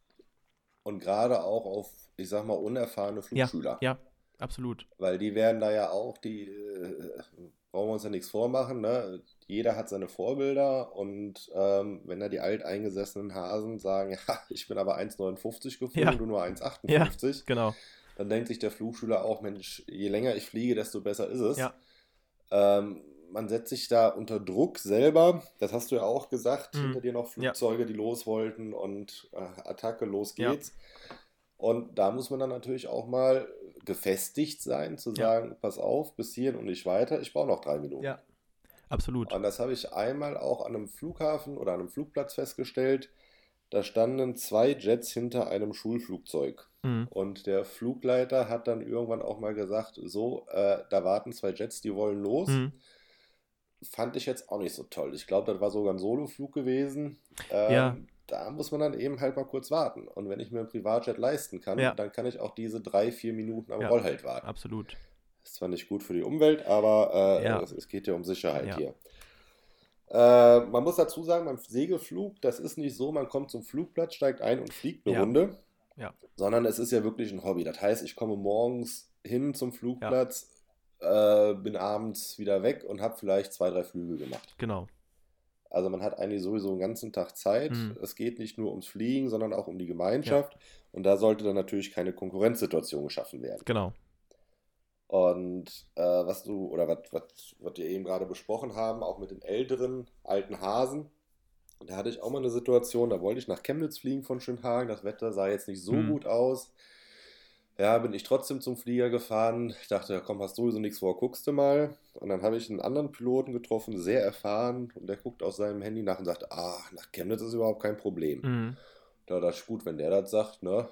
Und gerade auch auf, ich sag mal, unerfahrene Ja, Flugschüler. ja, absolut. Weil die werden da ja auch, die äh, brauchen wir uns ja nichts vormachen, ne? Jeder hat seine Vorbilder und ähm, wenn da die alteingesessenen Hasen sagen, ja, ich bin aber eins Komma neunundfünfzig geflogen, Ja, du nur ja, eins Komma achtundfünfzig, genau. dann denkt sich der Flugschüler auch, Mensch, je länger ich fliege, desto besser ist es. Ja, Ähm, man setzt sich da unter Druck selber, das hast du ja auch gesagt, hinter mhm. dir noch Ja, Flugzeuge, die los wollten und äh, Attacke, los ja, geht's. Und da muss man dann natürlich auch mal gefestigt sein, zu ja, sagen, pass auf, bis hierhin und nicht weiter, ich brauche noch drei Minuten. ja, absolut. Und das habe ich einmal auch an einem Flughafen oder an einem Flugplatz festgestellt. da standen zwei Jets hinter einem Schulflugzeug. Mhm. Und der Flugleiter hat dann irgendwann auch mal gesagt, so, äh, da warten zwei Jets, die wollen los. Mhm. Fand ich jetzt auch nicht so toll. Ich glaube, das war sogar ein Soloflug gewesen. Ja, Ähm, da muss man dann eben halt mal kurz warten. Und wenn ich mir ein Privatjet leisten kann, ja, dann kann ich auch diese drei, vier Minuten am ja, Rollhalt warten. absolut. Ist zwar nicht gut für die Umwelt, aber äh, Ja, es, es geht ja um Sicherheit ja, hier. Äh, man muss dazu sagen, beim Segelflug, das ist nicht so, man kommt zum Flugplatz, steigt ein und fliegt eine ja, Runde, ja, sondern es ist ja wirklich ein Hobby. Das heißt, ich komme morgens hin zum ja, Flugplatz, äh, bin abends wieder weg und habe vielleicht zwei, drei Flüge gemacht. genau. Also man hat eigentlich sowieso einen ganzen Tag Zeit. Mhm. Es geht nicht nur ums Fliegen, sondern auch um die Ja, Gemeinschaft. Und da sollte dann natürlich keine Konkurrenzsituation geschaffen werden. genau. Und äh, was du, oder was, was, was wir eben gerade besprochen haben, auch mit den älteren, alten Hasen, da hatte ich auch mal eine Situation, da wollte ich nach Chemnitz fliegen von Schönhagen. Das Wetter sah jetzt nicht so Mhm. gut aus. Ja, bin ich trotzdem zum Flieger gefahren. Ich dachte, ja, komm, hast sowieso nichts vor, guckst du mal. Und dann habe ich einen anderen Piloten getroffen, sehr erfahren. Und der guckt aus seinem Handy nach und sagt, ah, nach Chemnitz ist überhaupt kein Problem. Mhm. Da dachte ich, gut, wenn der das sagt, ne,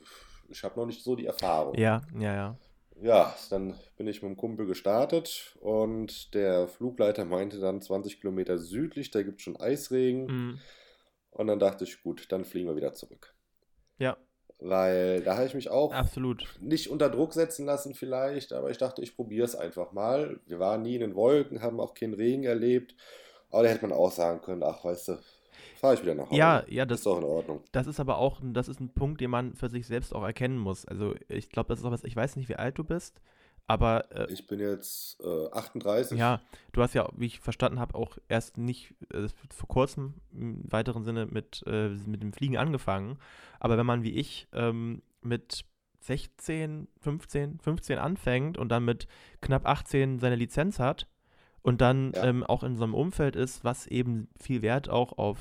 ich habe noch nicht so die Erfahrung. Ja, ja, ja. Ja, dann bin ich mit dem Kumpel gestartet und der Flugleiter meinte dann zwanzig Kilometer südlich, da gibt es schon Eisregen. Mhm. Und dann dachte ich, gut, dann fliegen wir wieder zurück. Ja, Weil da habe ich mich auch absolut. nicht unter Druck setzen lassen vielleicht, aber ich dachte, ich probiere es einfach mal. Wir waren nie in den Wolken, haben auch keinen Regen erlebt. Aber da hätte man auch sagen können, ach, weißt du, fahre ich wieder nach Hause. Ja, ja, Ist das, doch in Ordnung. das ist aber auch, ein- das ist ein Punkt, den man für sich selbst auch erkennen muss. Also ich glaube, das ist auch was, ich weiß nicht, wie alt du bist, aber äh, Ich bin jetzt äh, achtunddreißig. ja, du hast ja, wie ich verstanden habe, auch erst nicht äh, vor kurzem im weiteren Sinne mit, äh, mit dem Fliegen angefangen. Aber wenn man wie ich ähm, mit sechzehn, fünfzehn, fünfzehn anfängt und dann mit knapp achtzehn seine Lizenz hat und dann Ja, ähm, auch in so einem Umfeld ist, was eben viel Wert auch auf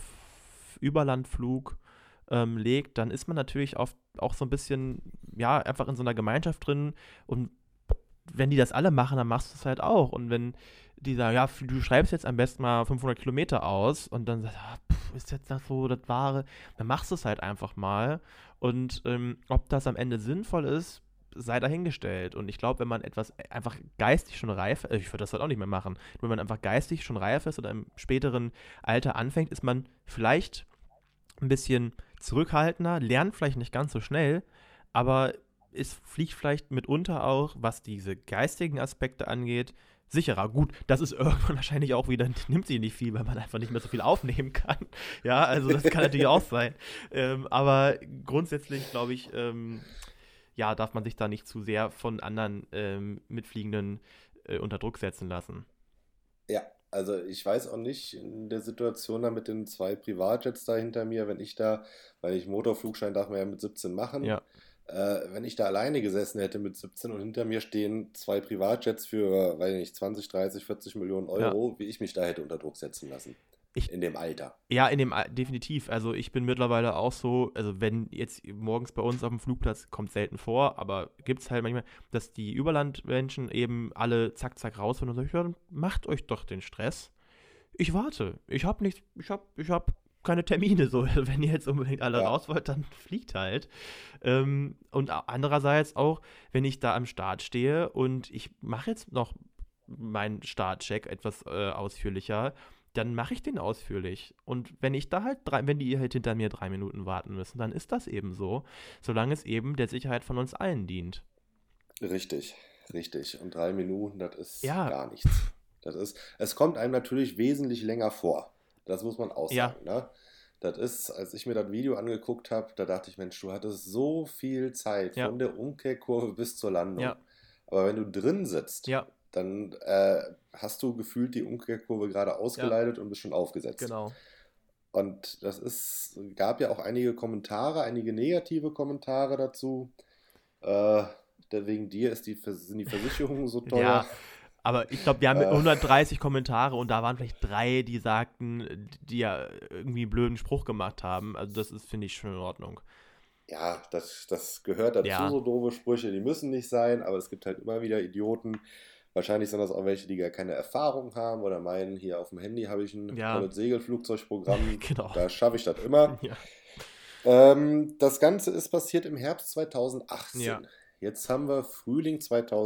Überlandflug ähm, legt, dann ist man natürlich auf, auch so ein bisschen, ja, einfach in so einer Gemeinschaft drin und wenn die das alle machen, dann machst du es halt auch. Und wenn die sagen, ja, f- du schreibst jetzt am besten mal fünfhundert Kilometer aus und dann sagst du, ah, pff, ist jetzt das so das Wahre, dann machst du es halt einfach mal. Und ähm, ob das am Ende sinnvoll ist, sei dahingestellt. Und ich glaube, wenn man etwas einfach geistig schon reif, äh, ich würde das halt auch nicht mehr machen, wenn man einfach geistig schon reif ist oder im späteren Alter anfängt, ist man vielleicht ein bisschen zurückhaltender, lernt vielleicht nicht ganz so schnell, aber es fliegt vielleicht mitunter auch, was diese geistigen Aspekte angeht, sicherer. Gut, das ist irgendwann wahrscheinlich auch wieder, nimmt sich nicht viel, weil man einfach nicht mehr so viel aufnehmen kann. Ja, also das kann natürlich auch sein. Ähm, aber grundsätzlich, glaube ich, ähm, ja, darf man sich da nicht zu sehr von anderen ähm, Mitfliegenden äh, unter Druck setzen lassen. ja. Also ich weiß auch nicht in der Situation da mit den zwei Privatjets da hinter mir, wenn ich da, weil ich Motorflugschein darf man ja mit siebzehn machen, Ja, äh, wenn ich da alleine gesessen hätte mit siebzehn und hinter mir stehen zwei Privatjets für, weiß ich nicht, zwanzig, dreißig, vierzig Millionen ja. Euro, wie ich mich da hätte unter Druck setzen lassen. Ich, In dem Alter. Ja, in dem Al- definitiv. Also ich bin mittlerweile auch so, also wenn jetzt morgens bei uns auf dem Flugplatz kommt selten vor, aber gibt es halt manchmal, dass die Überlandmenschen eben alle zack zack raus und dann sag ich, ja, dann macht euch doch den Stress. Ich warte. Ich hab nicht, ich hab, ich hab keine Termine so. Wenn ihr jetzt unbedingt alle Ja, raus wollt, dann fliegt halt. Ähm, und a- andererseits auch, wenn ich da am Start stehe und ich mache jetzt noch meinen Startcheck etwas äh, ausführlicher, dann mache ich den ausführlich. Und wenn ich da halt drei, wenn die halt hinter mir drei Minuten warten müssen, dann ist das eben so, solange es eben der Sicherheit von uns allen dient. richtig, richtig. Und drei Minuten, das ist Ja, gar nichts. Das ist, es kommt einem natürlich wesentlich länger vor. Das muss man auch ja, sagen, ne? Das ist, als ich mir das Video angeguckt habe, da dachte ich, Mensch, du hattest so viel Zeit ja, von der Umkehrkurve bis zur ja, Landung. Aber wenn du drin sitzt, ja, dann äh, hast du gefühlt die Umkehrkurve gerade ja, ausgeleitet und bist schon aufgesetzt. genau. Und das ist, gab ja auch einige Kommentare, einige negative Kommentare dazu. Äh, wegen dir ist die, Vers- sind die Versicherungen so teuer. Ja, aber ich glaube, wir haben Äh, hundertdreißig Kommentare und da waren vielleicht drei, die sagten, die ja irgendwie einen blöden Spruch gemacht haben. Also das ist, finde ich, schon in Ordnung. ja, das, das gehört dazu, Ja, so doofe Sprüche, die müssen nicht sein, aber es gibt halt immer wieder Idioten. Wahrscheinlich sind das auch welche, die gar keine Erfahrung haben oder meinen, hier auf dem Handy habe ich ein ja, tolles Segelflugzeugprogramm, genau. da schaffe ich das immer. Ja, Ähm, das Ganze ist passiert im Herbst Ja, zweitausendachtzehn. Jetzt haben wir Frühling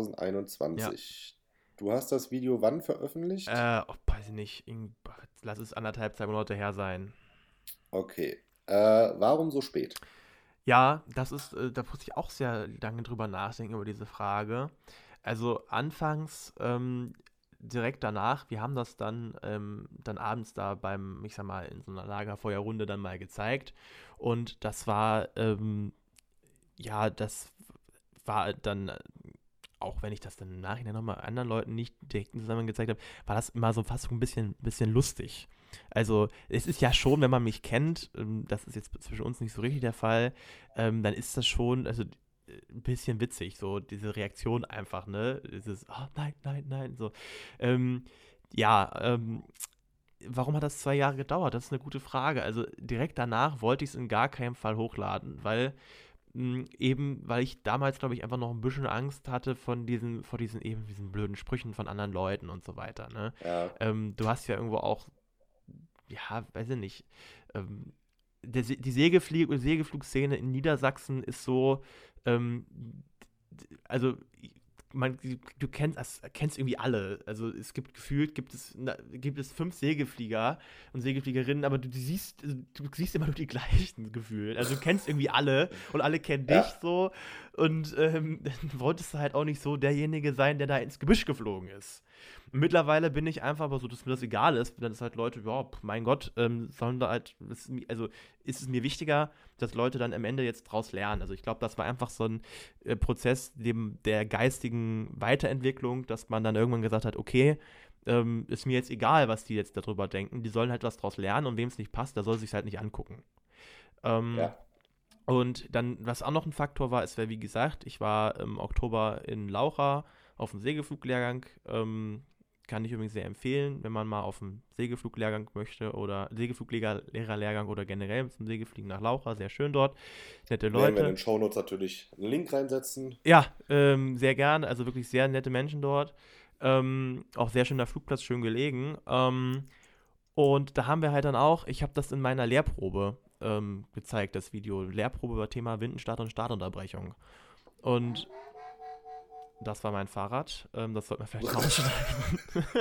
ja. zweitausendeinundzwanzig. Du hast das Video wann veröffentlicht? Äh, oh, weiß ich nicht. Irgend- Lass es anderthalb, zwei Monate her sein. Okay. Äh, warum so spät? Ja, das ist, äh, da muss ich auch sehr lange drüber nachdenken über diese Frage. Also anfangs, ähm, direkt danach, wir haben das dann, ähm, dann abends da beim, ich sag mal, in so einer Lagerfeuerrunde dann mal gezeigt. Und das war, ähm, ja, das war dann, äh, auch wenn ich das dann im Nachhinein nochmal anderen Leuten nicht direkt zusammen gezeigt habe, war das immer so fast so ein bisschen, bisschen lustig. Also es ist ja schon, wenn man mich kennt, ähm, das ist jetzt zwischen uns nicht so richtig der Fall, ähm, dann ist das schon, also äh, ein bisschen witzig, so diese Reaktion einfach, ne? Dieses, oh nein, nein, nein, so. Ähm, ja, ähm, warum hat das zwei Jahre gedauert? Das ist eine gute Frage. Also direkt danach wollte ich es in gar keinem Fall hochladen, weil mh, eben, weil ich damals, glaube ich, einfach noch ein bisschen Angst hatte von diesen, vor diesen eben diesen blöden Sprüchen von anderen Leuten und so weiter, ne? Ja, Ähm, du hast ja irgendwo auch, ja, weiß ich nicht, ähm, der, Se- die Segelflieg Segelflugszene in Niedersachsen ist so, ähm, also man, du kennst, das kennst irgendwie alle. Also es gibt gefühlt, gibt es, na, gibt es fünf Segelflieger und Segelfliegerinnen, aber du, du siehst, also, du siehst immer nur die gleichen gefühlt. Also du kennst irgendwie alle und alle kennen dich ja, so und ähm, dann wolltest du halt auch nicht so derjenige sein, der da ins Gebüsch geflogen ist. Und mittlerweile bin ich einfach aber so, dass mir das egal ist. Dann ist halt Leute, ja, pf, mein Gott, ähm, sollen da halt, ist, mi- also ist es mir wichtiger, dass Leute dann am Ende jetzt draus lernen. Also ich glaube, das war einfach so ein äh, Prozess dem, der geistigen Weiterentwicklung, dass man dann irgendwann gesagt hat, okay, ähm, ist mir jetzt egal, was die jetzt darüber denken, die sollen halt was draus lernen und wem es nicht passt, der soll sich halt nicht angucken. Ähm, ja. und dann, was auch noch ein Faktor war, ist, weil, wie gesagt, ich war im Oktober in Laucha auf dem Segelfluglehrgang. Ähm, kann ich übrigens sehr empfehlen, wenn man mal auf einen Segelfluglehrgang möchte oder Segelfluglehrerlehrgang oder generell zum Segelfliegen nach Laucha. Sehr schön dort. Nette Werden wir in Leute. den Shownotes natürlich einen Link reinsetzen. Ja, ähm, sehr gerne. Also wirklich sehr nette Menschen dort. Ähm, auch sehr schöner Flugplatz, schön gelegen. Ähm, und da haben wir halt dann auch, ich habe das in meiner Lehrprobe ähm, gezeigt, das Video. Lehrprobe über Thema Windenstart und Startunterbrechung. Und das war mein Fahrrad. Ähm, das sollte man vielleicht rausschneiden.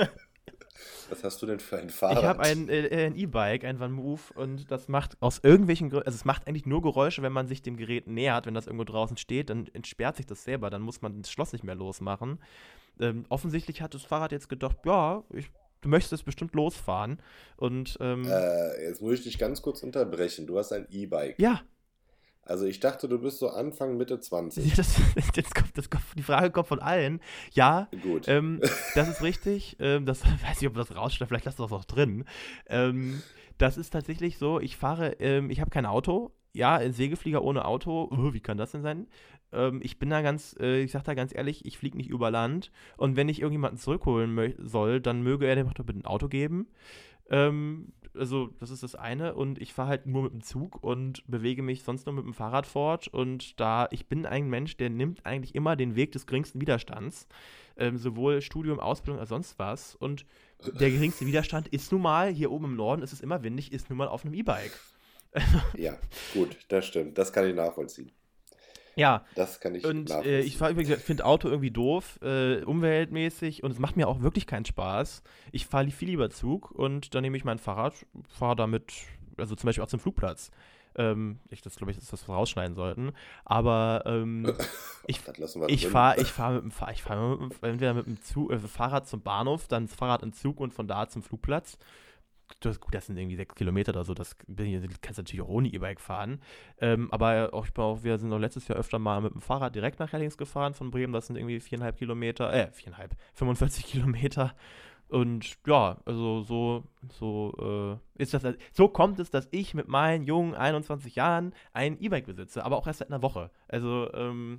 Was hast du denn für ein Ich habe Fahrrad? ein äh, ein E-Bike, ein Van Move, und das macht aus irgendwelchen Gründen, also es macht eigentlich nur Geräusche, wenn man sich dem Gerät nähert. Wenn das irgendwo draußen steht, dann entsperrt sich das selber, dann muss man das Schloss nicht mehr losmachen. Ähm, offensichtlich hat das Fahrrad jetzt gedacht, ja, ich, du möchtest es bestimmt losfahren. Und ähm, Äh, jetzt muss ich dich ganz kurz unterbrechen. Du hast ein E-Bike. ja, Also ich dachte, du bist so Anfang, Mitte zwanzig. das, jetzt kommt, das kommt, die Frage kommt von allen. Ja, Gut. ähm, das ist richtig. Ähm, das weiß ich, ob das rausschneidet, vielleicht lasst du das auch drin. Ähm, das ist tatsächlich so, ich fahre, ähm, ich habe kein Auto. Ja, ein Segelflieger ohne Auto, uh, wie kann das denn sein? Ähm, ich bin da ganz, äh, ich sag da ganz ehrlich, ich fliege nicht über Land. Und wenn ich irgendjemanden zurückholen mö- soll, dann möge er dem doch bitte ein Auto geben. Ähm, also, das ist das eine. Und ich fahre halt nur mit dem Zug und bewege mich sonst nur mit dem Fahrrad fort. Und da, ich bin ein Mensch, der nimmt eigentlich immer den Weg des geringsten Widerstands. Ähm, sowohl Studium, Ausbildung als sonst was. Und der geringste Widerstand ist nun mal, hier oben im Norden ist es immer windig, ist nun mal auf einem E-Bike. Ja, gut, das stimmt. Das kann ich nachvollziehen. Ja, Das kann ich und äh, ich nachvollziehen. finde Auto irgendwie doof, äh, umweltmäßig, und es macht mir auch wirklich keinen Spaß. Ich fahre viel lieber Zug und dann nehme ich mein Fahrrad, fahre damit, also zum Beispiel auch zum Flugplatz. Ähm, ich, das glaube ich, dass wir das rausschneiden sollten. Aber ähm, ich, Das lassen wir ich drin. fahre ich fahr mit dem Fahr ich fahr mit, dem- entweder mit dem Zug, äh, Fahrrad zum Bahnhof, dann das Fahrrad im Zug und von da zum Flugplatz. Das, gut, das sind irgendwie sechs Kilometer oder so, das bin ich, kannst du natürlich auch ohne E-Bike fahren. Ähm, aber auch, ich bin auch, wir sind auch letztes Jahr öfter mal mit dem Fahrrad direkt nach Hellings gefahren von Bremen, das sind irgendwie viereinhalb Kilometer, äh, viereinhalb, fünfundvierzig Kilometer. Und ja, also so, so äh, ist das, so kommt es, dass ich mit meinen jungen einundzwanzig Jahren ein E-Bike besitze, aber auch erst seit einer Woche. Also, ähm,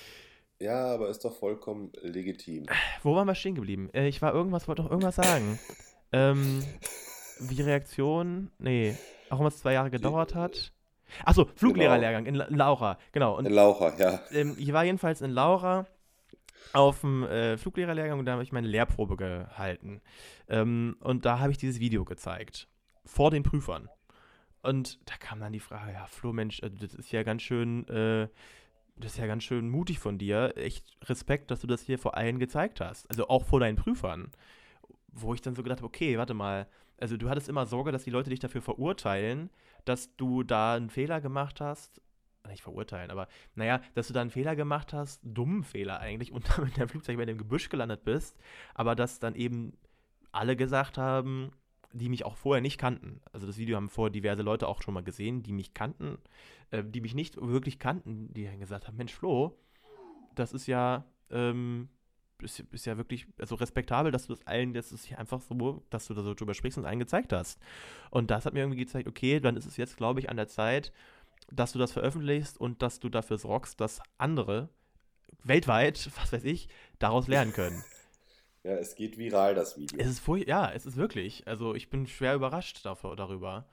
Ja, aber ist doch vollkommen legitim. wo waren wir stehen geblieben? Äh, ich war irgendwas, wollte doch irgendwas sagen. Ähm, Wie Reaktion? Nee. Auch wenn es zwei Jahre Die, gedauert hat. Achso, genau. Fluglehrerlehrgang in, La in Laura, genau. Ein Und Laucher, ja. ähm, ich war jedenfalls in Laura auf dem äh, Fluglehrerlehrgang und da habe ich meine Lehrprobe gehalten. Ähm, und da habe ich dieses Video gezeigt. Vor den Prüfern. Und da kam dann die Frage, ja, Flo, Mensch, also das ist ja ganz schön, äh, das ist ja ganz schön mutig von dir. Echt Respekt, dass du das hier vor allen gezeigt hast. Also auch vor deinen Prüfern. Wo ich dann so gedacht habe, okay, warte mal. Also du hattest immer Sorge, dass die Leute dich dafür verurteilen, dass du da einen Fehler gemacht hast. Nicht verurteilen, aber naja, dass du da einen Fehler gemacht hast, dummen Fehler eigentlich, und dann mit deinem Flugzeug bei dem Gebüsch gelandet bist, aber dass dann eben alle gesagt haben, die mich auch vorher nicht kannten. Also das Video haben vorher diverse Leute auch schon mal gesehen, die mich kannten, äh, die mich nicht wirklich kannten, die dann gesagt haben, Mensch Flo, das ist ja, ähm, ist, ist ja wirklich, also respektabel, dass du das allen, das ist ja einfach so, dass du da so drüber sprichst und allen gezeigt hast. Und das hat mir irgendwie gezeigt, okay, dann ist es jetzt, glaube ich, an der Zeit, dass du das veröffentlichst und dass du dafür sorgst, dass andere weltweit, was weiß ich, daraus lernen können. Ja, es geht viral, das Video. Es ist furch- ja, es ist wirklich. Also ich bin schwer überrascht dafür, darüber.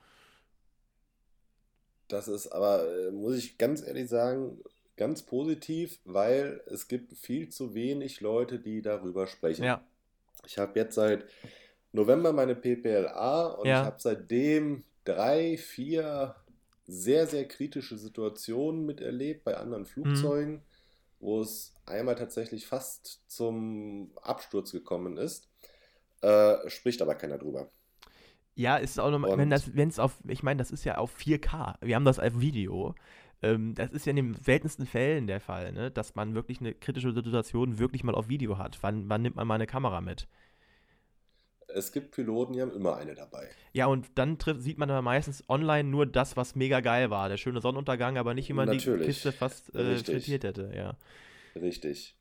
Das ist aber, äh, muss ich ganz ehrlich sagen, ganz positiv, weil es gibt viel zu wenig Leute, die darüber sprechen. Ja, Ich habe jetzt seit November meine P P L A und ich ja. habe seitdem drei, vier sehr, sehr kritische Situationen miterlebt bei anderen Mhm. Flugzeugen, wo es einmal tatsächlich fast zum Absturz gekommen ist. Äh, spricht aber keiner drüber. Ja, ist auch nochmal, wenn Und das, wenn es auf, ich meine, das ist ja auf vier K. Wir haben das als Video. Ähm, das ist ja in den seltensten Fällen der Fall, ne? Dass man wirklich eine kritische Situation wirklich mal auf Video hat. Wann, wann nimmt man mal eine Kamera mit? es gibt Piloten, die haben immer eine dabei. Ja, und dann trifft, sieht man aber meistens online nur das, was mega geil war. Der schöne Sonnenuntergang, aber nicht, wie man die Kiste Natürlich, fast äh, richtig, frittiert hätte, ja. richtig.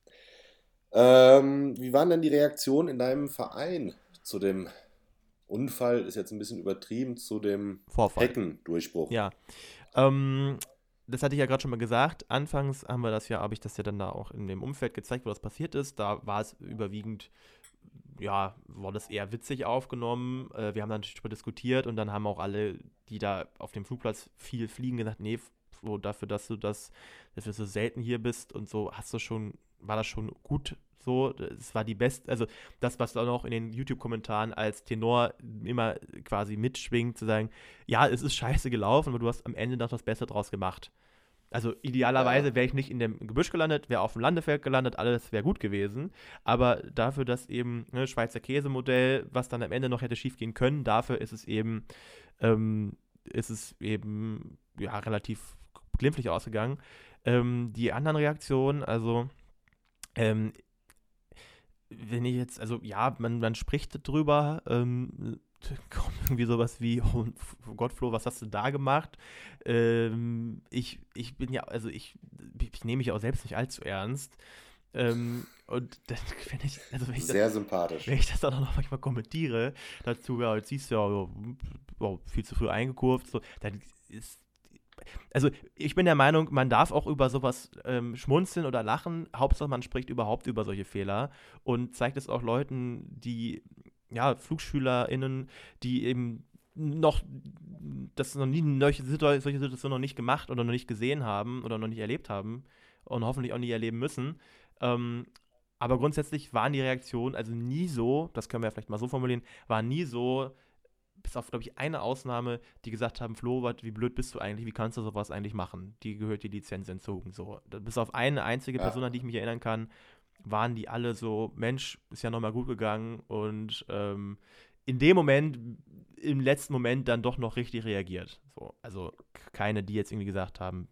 Ähm, wie waren denn die Reaktionen in deinem Verein zu dem Unfall, ist jetzt ein bisschen übertrieben, zu dem Vorfall. Heckendurchbruch? Ja. Ähm, Das hatte ich ja gerade schon mal gesagt. Anfangs haben wir das ja, habe ich das ja dann da auch in dem Umfeld gezeigt, wo das passiert ist. Da war es überwiegend, ja, wurde es eher witzig aufgenommen. Äh, wir haben dann darüber diskutiert und dann haben auch alle, die da auf dem Flugplatz viel fliegen, gesagt, nee, Flo, dafür, dass du das, dass du so selten hier bist und so, hast du schon, war das schon gut so. Es war die beste, also das, was dann auch in den YouTube-Kommentaren als Tenor immer quasi mitschwingt, zu sagen, ja, es ist scheiße gelaufen, aber du hast am Ende noch das Beste draus gemacht. Also Ja, idealerweise wäre ich nicht in dem Gebüsch gelandet, wäre auf dem Landefeld gelandet, alles wäre gut gewesen. Aber dafür, dass eben ne, Schweizer Käsemodell, was dann am Ende noch hätte schiefgehen können, dafür ist es eben, ähm, ist es eben ja, relativ glimpflich ausgegangen. Ähm, die anderen Reaktionen, also ähm, wenn ich jetzt, also ja, man, man spricht drüber, ähm, kommt irgendwie sowas wie, oh Gott, Flo, was hast du da gemacht? Ähm, ich, ich bin ja, also ich, ich nehme mich auch selbst nicht allzu ernst. Ähm, und dann, wenn ich, also wenn ich das, sehr wenn sympathisch. ich das dann auch noch manchmal kommentiere, dazu, ja, jetzt siehst du ja, ja, ja, viel zu früh eingekurvt, so, dann ist also ich bin der Meinung, man darf auch über sowas ähm, schmunzeln oder lachen. Hauptsache, man spricht überhaupt über solche Fehler und zeigt es auch Leuten, die, ja, FlugschülerInnen, die eben noch das noch nie solche, Situa- solche Situationen noch nicht gemacht oder noch nicht gesehen haben oder noch nicht erlebt haben und hoffentlich auch nie erleben müssen. Ähm, aber grundsätzlich waren die Reaktionen also nie so, das können wir ja vielleicht mal so formulieren, waren nie so, bis auf, glaube ich, eine Ausnahme, die gesagt haben, Flo, wat, wie blöd bist du eigentlich, wie kannst du sowas eigentlich machen? Die gehört die Lizenz entzogen. So. Bis auf eine einzige Ja. Person, an die ich mich erinnern kann, waren die alle so, Mensch, ist ja nochmal gut gegangen und ähm, in dem Moment, im letzten Moment dann doch noch richtig reagiert. So, also keine, die jetzt irgendwie gesagt haben,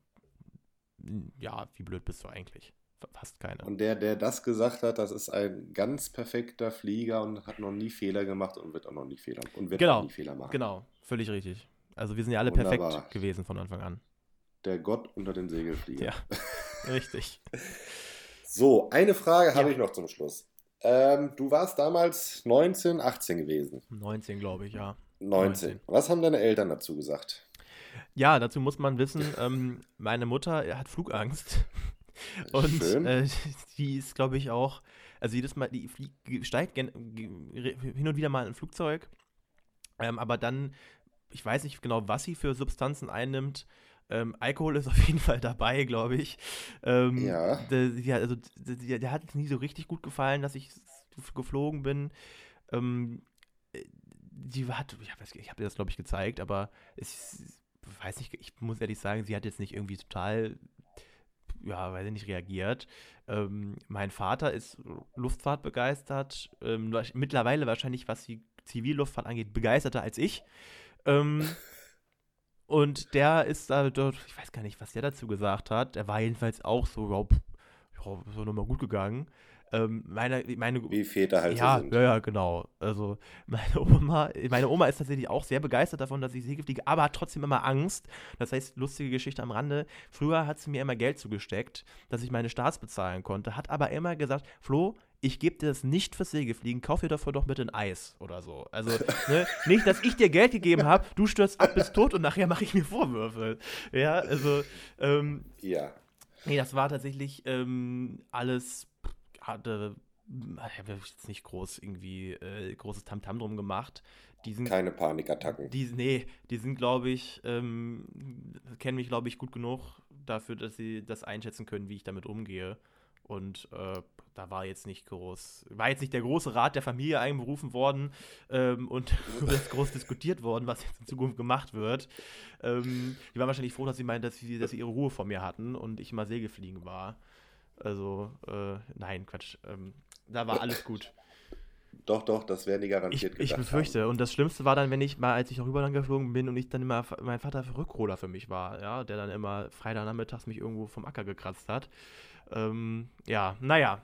ja, wie blöd bist du eigentlich? Fast keine. Und der, der das gesagt hat, das ist ein ganz perfekter Flieger und hat noch nie Fehler gemacht und wird auch noch nie Fehler und wird auch nie Genau, Fehler machen. genau, völlig richtig. Also wir sind ja alle perfekt Wunderbar. gewesen von Anfang an. Der Gott unter den Ja, Segelfliegern. richtig. So, eine Frage habe Ja, ich noch zum Schluss. Ähm, du warst damals neunzehn, achtzehn gewesen. neunzehn, glaube ich, ja. neunzehn. neunzehn. Was haben deine Eltern dazu gesagt? Ja, dazu muss man wissen, ähm, meine Mutter äh, hat Flugangst. Und Schön. äh, die ist, glaube ich, auch, also jedes Mal, die fliegt, steigt gen, ge- hin und wieder mal in ein Flugzeug. Ähm, aber dann, ich weiß nicht genau, was sie für Substanzen einnimmt. Ähm, Alkohol ist auf jeden Fall dabei, glaube ich. Ähm, Ja. der, ja, also, der, der hat es nie so richtig gut gefallen, dass ich geflogen bin. Ähm, äh, die hat, ja, weiß ich ich habe dir das, glaube ich, gezeigt, aber es weiß nicht, ich muss ehrlich sagen, sie hat jetzt nicht irgendwie total, ja, weiß ich nicht, reagiert. Ähm, mein Vater ist Luftfahrt begeistert, ähm, mittlerweile wahrscheinlich, was die Zivilluftfahrt angeht, begeisterter als ich. Ähm, und der ist da dort, ich weiß gar nicht, was der dazu gesagt hat. Er war jedenfalls auch so, ja, pff, ja, ist doch nochmal gut gegangen. Ähm, meine, meine, Wie Väter halt ja, so sind. ja, ja, genau. Also meine Oma, meine Oma ist tatsächlich auch sehr begeistert davon, dass ich Segel fliege, aber hat trotzdem immer Angst. Das heißt, lustige Geschichte am Rande. Früher hat sie mir immer Geld zugesteckt, dass ich meine Starts bezahlen konnte, hat aber immer gesagt, Flo, ich gebe dir das nicht fürs Segelfliegen, kauf dir dafür doch bitte ein Eis oder so. Also, ne, nicht, dass ich dir Geld gegeben habe, du stürzt ab, bist tot und nachher mache ich mir Vorwürfe. Ja, also, ähm, Ja. nee, das war tatsächlich ähm, alles, hatte, ich habe jetzt nicht groß irgendwie äh, großes Tamtam drum gemacht. Die sind, Keine Panikattacken. die, nee, die sind, glaube ich, ähm, kennen mich, glaube ich, gut genug dafür, dass sie das einschätzen können, wie ich damit umgehe. Und äh, da war jetzt nicht groß, war jetzt nicht der große Rat der Familie einberufen worden ähm, und das groß diskutiert worden, was jetzt in Zukunft gemacht wird. Ähm, die waren wahrscheinlich froh, dass sie meinen, dass sie, dass sie ihre Ruhe vor mir hatten und ich immer Segelfliegen war. Also, äh, nein, Quatsch. Ähm, da war alles gut. Doch, doch, das werden die garantiert Ich, ich gedacht befürchte. haben. Und das Schlimmste war dann, wenn ich mal, als ich noch rüber dann geflogen bin und ich dann immer, mein Vater Rückruder für mich war, ja, der dann immer Freitagnachmittags mich irgendwo vom Acker gekratzt hat. Ähm, ja, naja.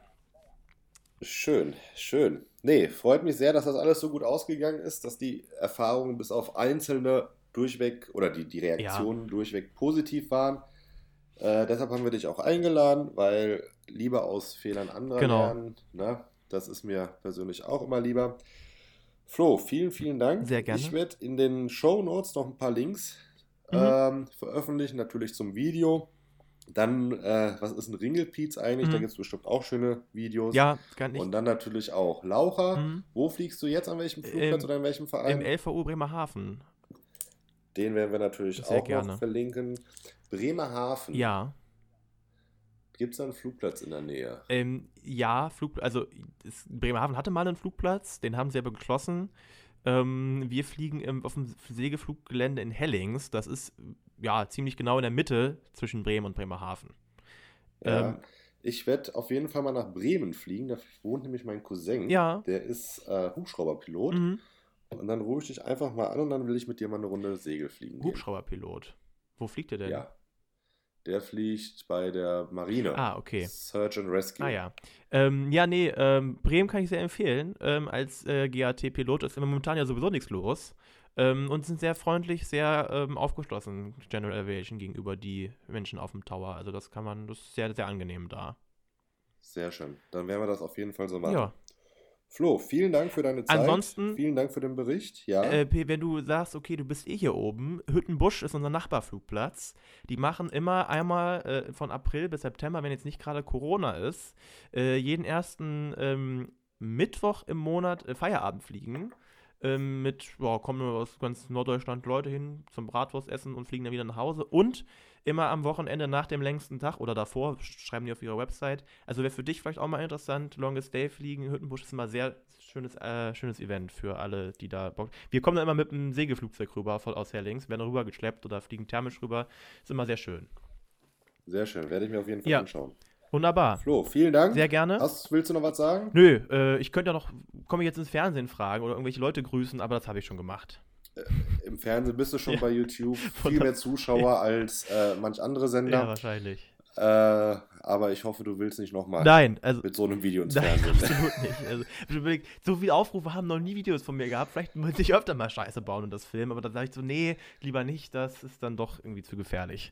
Schön, schön. Nee, freut mich sehr, dass das alles so gut ausgegangen ist, dass die Erfahrungen bis auf einzelne durchweg oder die, die Reaktionen ja. durchweg positiv waren. Äh, deshalb haben wir dich auch eingeladen, weil lieber aus Fehlern anderer genau. lernen, ne? Das ist mir persönlich auch immer lieber. Flo, vielen, vielen Dank. Sehr gerne. Ich werde in den Shownotes noch ein paar Links mhm. ähm, veröffentlichen, natürlich zum Video. Dann, äh, was ist ein Ringelpiez eigentlich? Mhm. Da gibt es bestimmt auch schöne Videos. Ja, kann ich. Und dann natürlich auch Laucher. Mhm. Wo fliegst du jetzt? An welchem Flugplatz Im, oder in welchem Verein? Im L V U Bremerhaven. Den werden wir natürlich Sehr auch gerne. noch verlinken. Bremerhaven. Ja. Gibt es da einen Flugplatz in der Nähe? Ähm, ja, Flug, also es, Bremerhaven hatte mal einen Flugplatz, den haben sie aber geschlossen. Ähm, wir fliegen im, auf dem Segelfluggelände in Hellings. Das ist ja ziemlich genau in der Mitte zwischen Bremen und Bremerhaven. Ja, ähm, ich werde auf jeden Fall mal nach Bremen fliegen. Da wohnt nämlich mein Cousin. Ja. Der ist äh, Hubschrauberpilot. Mhm. Und dann rufe ich dich einfach mal an und dann will ich mit dir mal eine Runde Segel fliegen. Hubschrauberpilot? Wo fliegt der denn? Ja. Der fliegt bei der Marine. Ah, okay. Search and Rescue. Ah, ja. Ähm, ja, nee, ähm, Bremen kann ich sehr empfehlen. Ähm, als äh, G A T-Pilot ist momentan ja sowieso nichts los. Ähm, und sind sehr freundlich, sehr ähm, aufgeschlossen, General Aviation, gegenüber die Menschen auf dem Tower. Also das kann man, das ist sehr, sehr angenehm da. Sehr schön. Dann werden wir das auf jeden Fall so machen. Ja. Flo, vielen Dank für deine Zeit. Ansonsten, vielen Dank für den Bericht. Ja. Äh, wenn du sagst, okay, du bist eh hier oben, Hüttenbusch ist unser Nachbarflugplatz. Die machen immer einmal äh, von April bis September, wenn jetzt nicht gerade Corona ist, äh, jeden ersten ähm, Mittwoch im Monat äh, Feierabend fliegen. Ähm, mit, boah, kommen aus ganz Norddeutschland Leute hin zum Bratwurst essen und fliegen dann wieder nach Hause. Und immer am Wochenende nach dem längsten Tag oder davor, schreiben die auf ihrer Website. Also wäre für dich vielleicht auch mal interessant, Longest Day fliegen. Hüttenbusch ist immer sehr schönes, äh, schönes Event für alle, die da Bock. Wir kommen dann immer mit einem Segelflugzeug rüber voll aus Hellings, werden rüber geschleppt oder fliegen thermisch rüber. Ist immer sehr schön. Sehr schön, werde ich mir auf jeden Fall ja. anschauen. Wunderbar. Flo, vielen Dank. Sehr gerne. Hast, willst du noch was sagen? Nö, äh, ich könnte ja noch, komme ich jetzt ins Fernsehen fragen oder irgendwelche Leute grüßen, aber das habe ich schon gemacht. Äh, Im Fernsehen bist du schon ja. bei YouTube. Viel mehr Zuschauer ja. als äh, manch andere Sender. Ja, wahrscheinlich. Äh, aber ich hoffe, du willst nicht nochmal Nein, also, mit so einem Video ins nein, Fernsehen. Absolut nicht. Also, so viele Aufrufe haben noch nie Videos von mir gehabt. Vielleicht muss ich öfter mal Scheiße bauen und das filmen, aber dann sage ich so, nee, lieber nicht, das ist dann doch irgendwie zu gefährlich.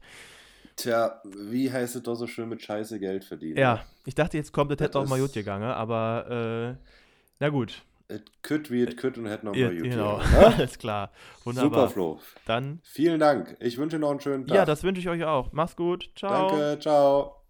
Tja, wie heißt es doch so schön mit Scheiße Geld verdienen? Ja, ich dachte, jetzt kommt, das hätte auch mal gut gegangen, aber äh, na gut. Es could wie es could und hätte noch ja, mal gut genau. gegangen. Ne? Alles klar. Wunderbar. Super, Flo. Dann. Vielen Dank. Ich wünsche noch einen schönen Tag. Ja, das wünsche ich euch auch. Mach's gut. Ciao. Danke, ciao.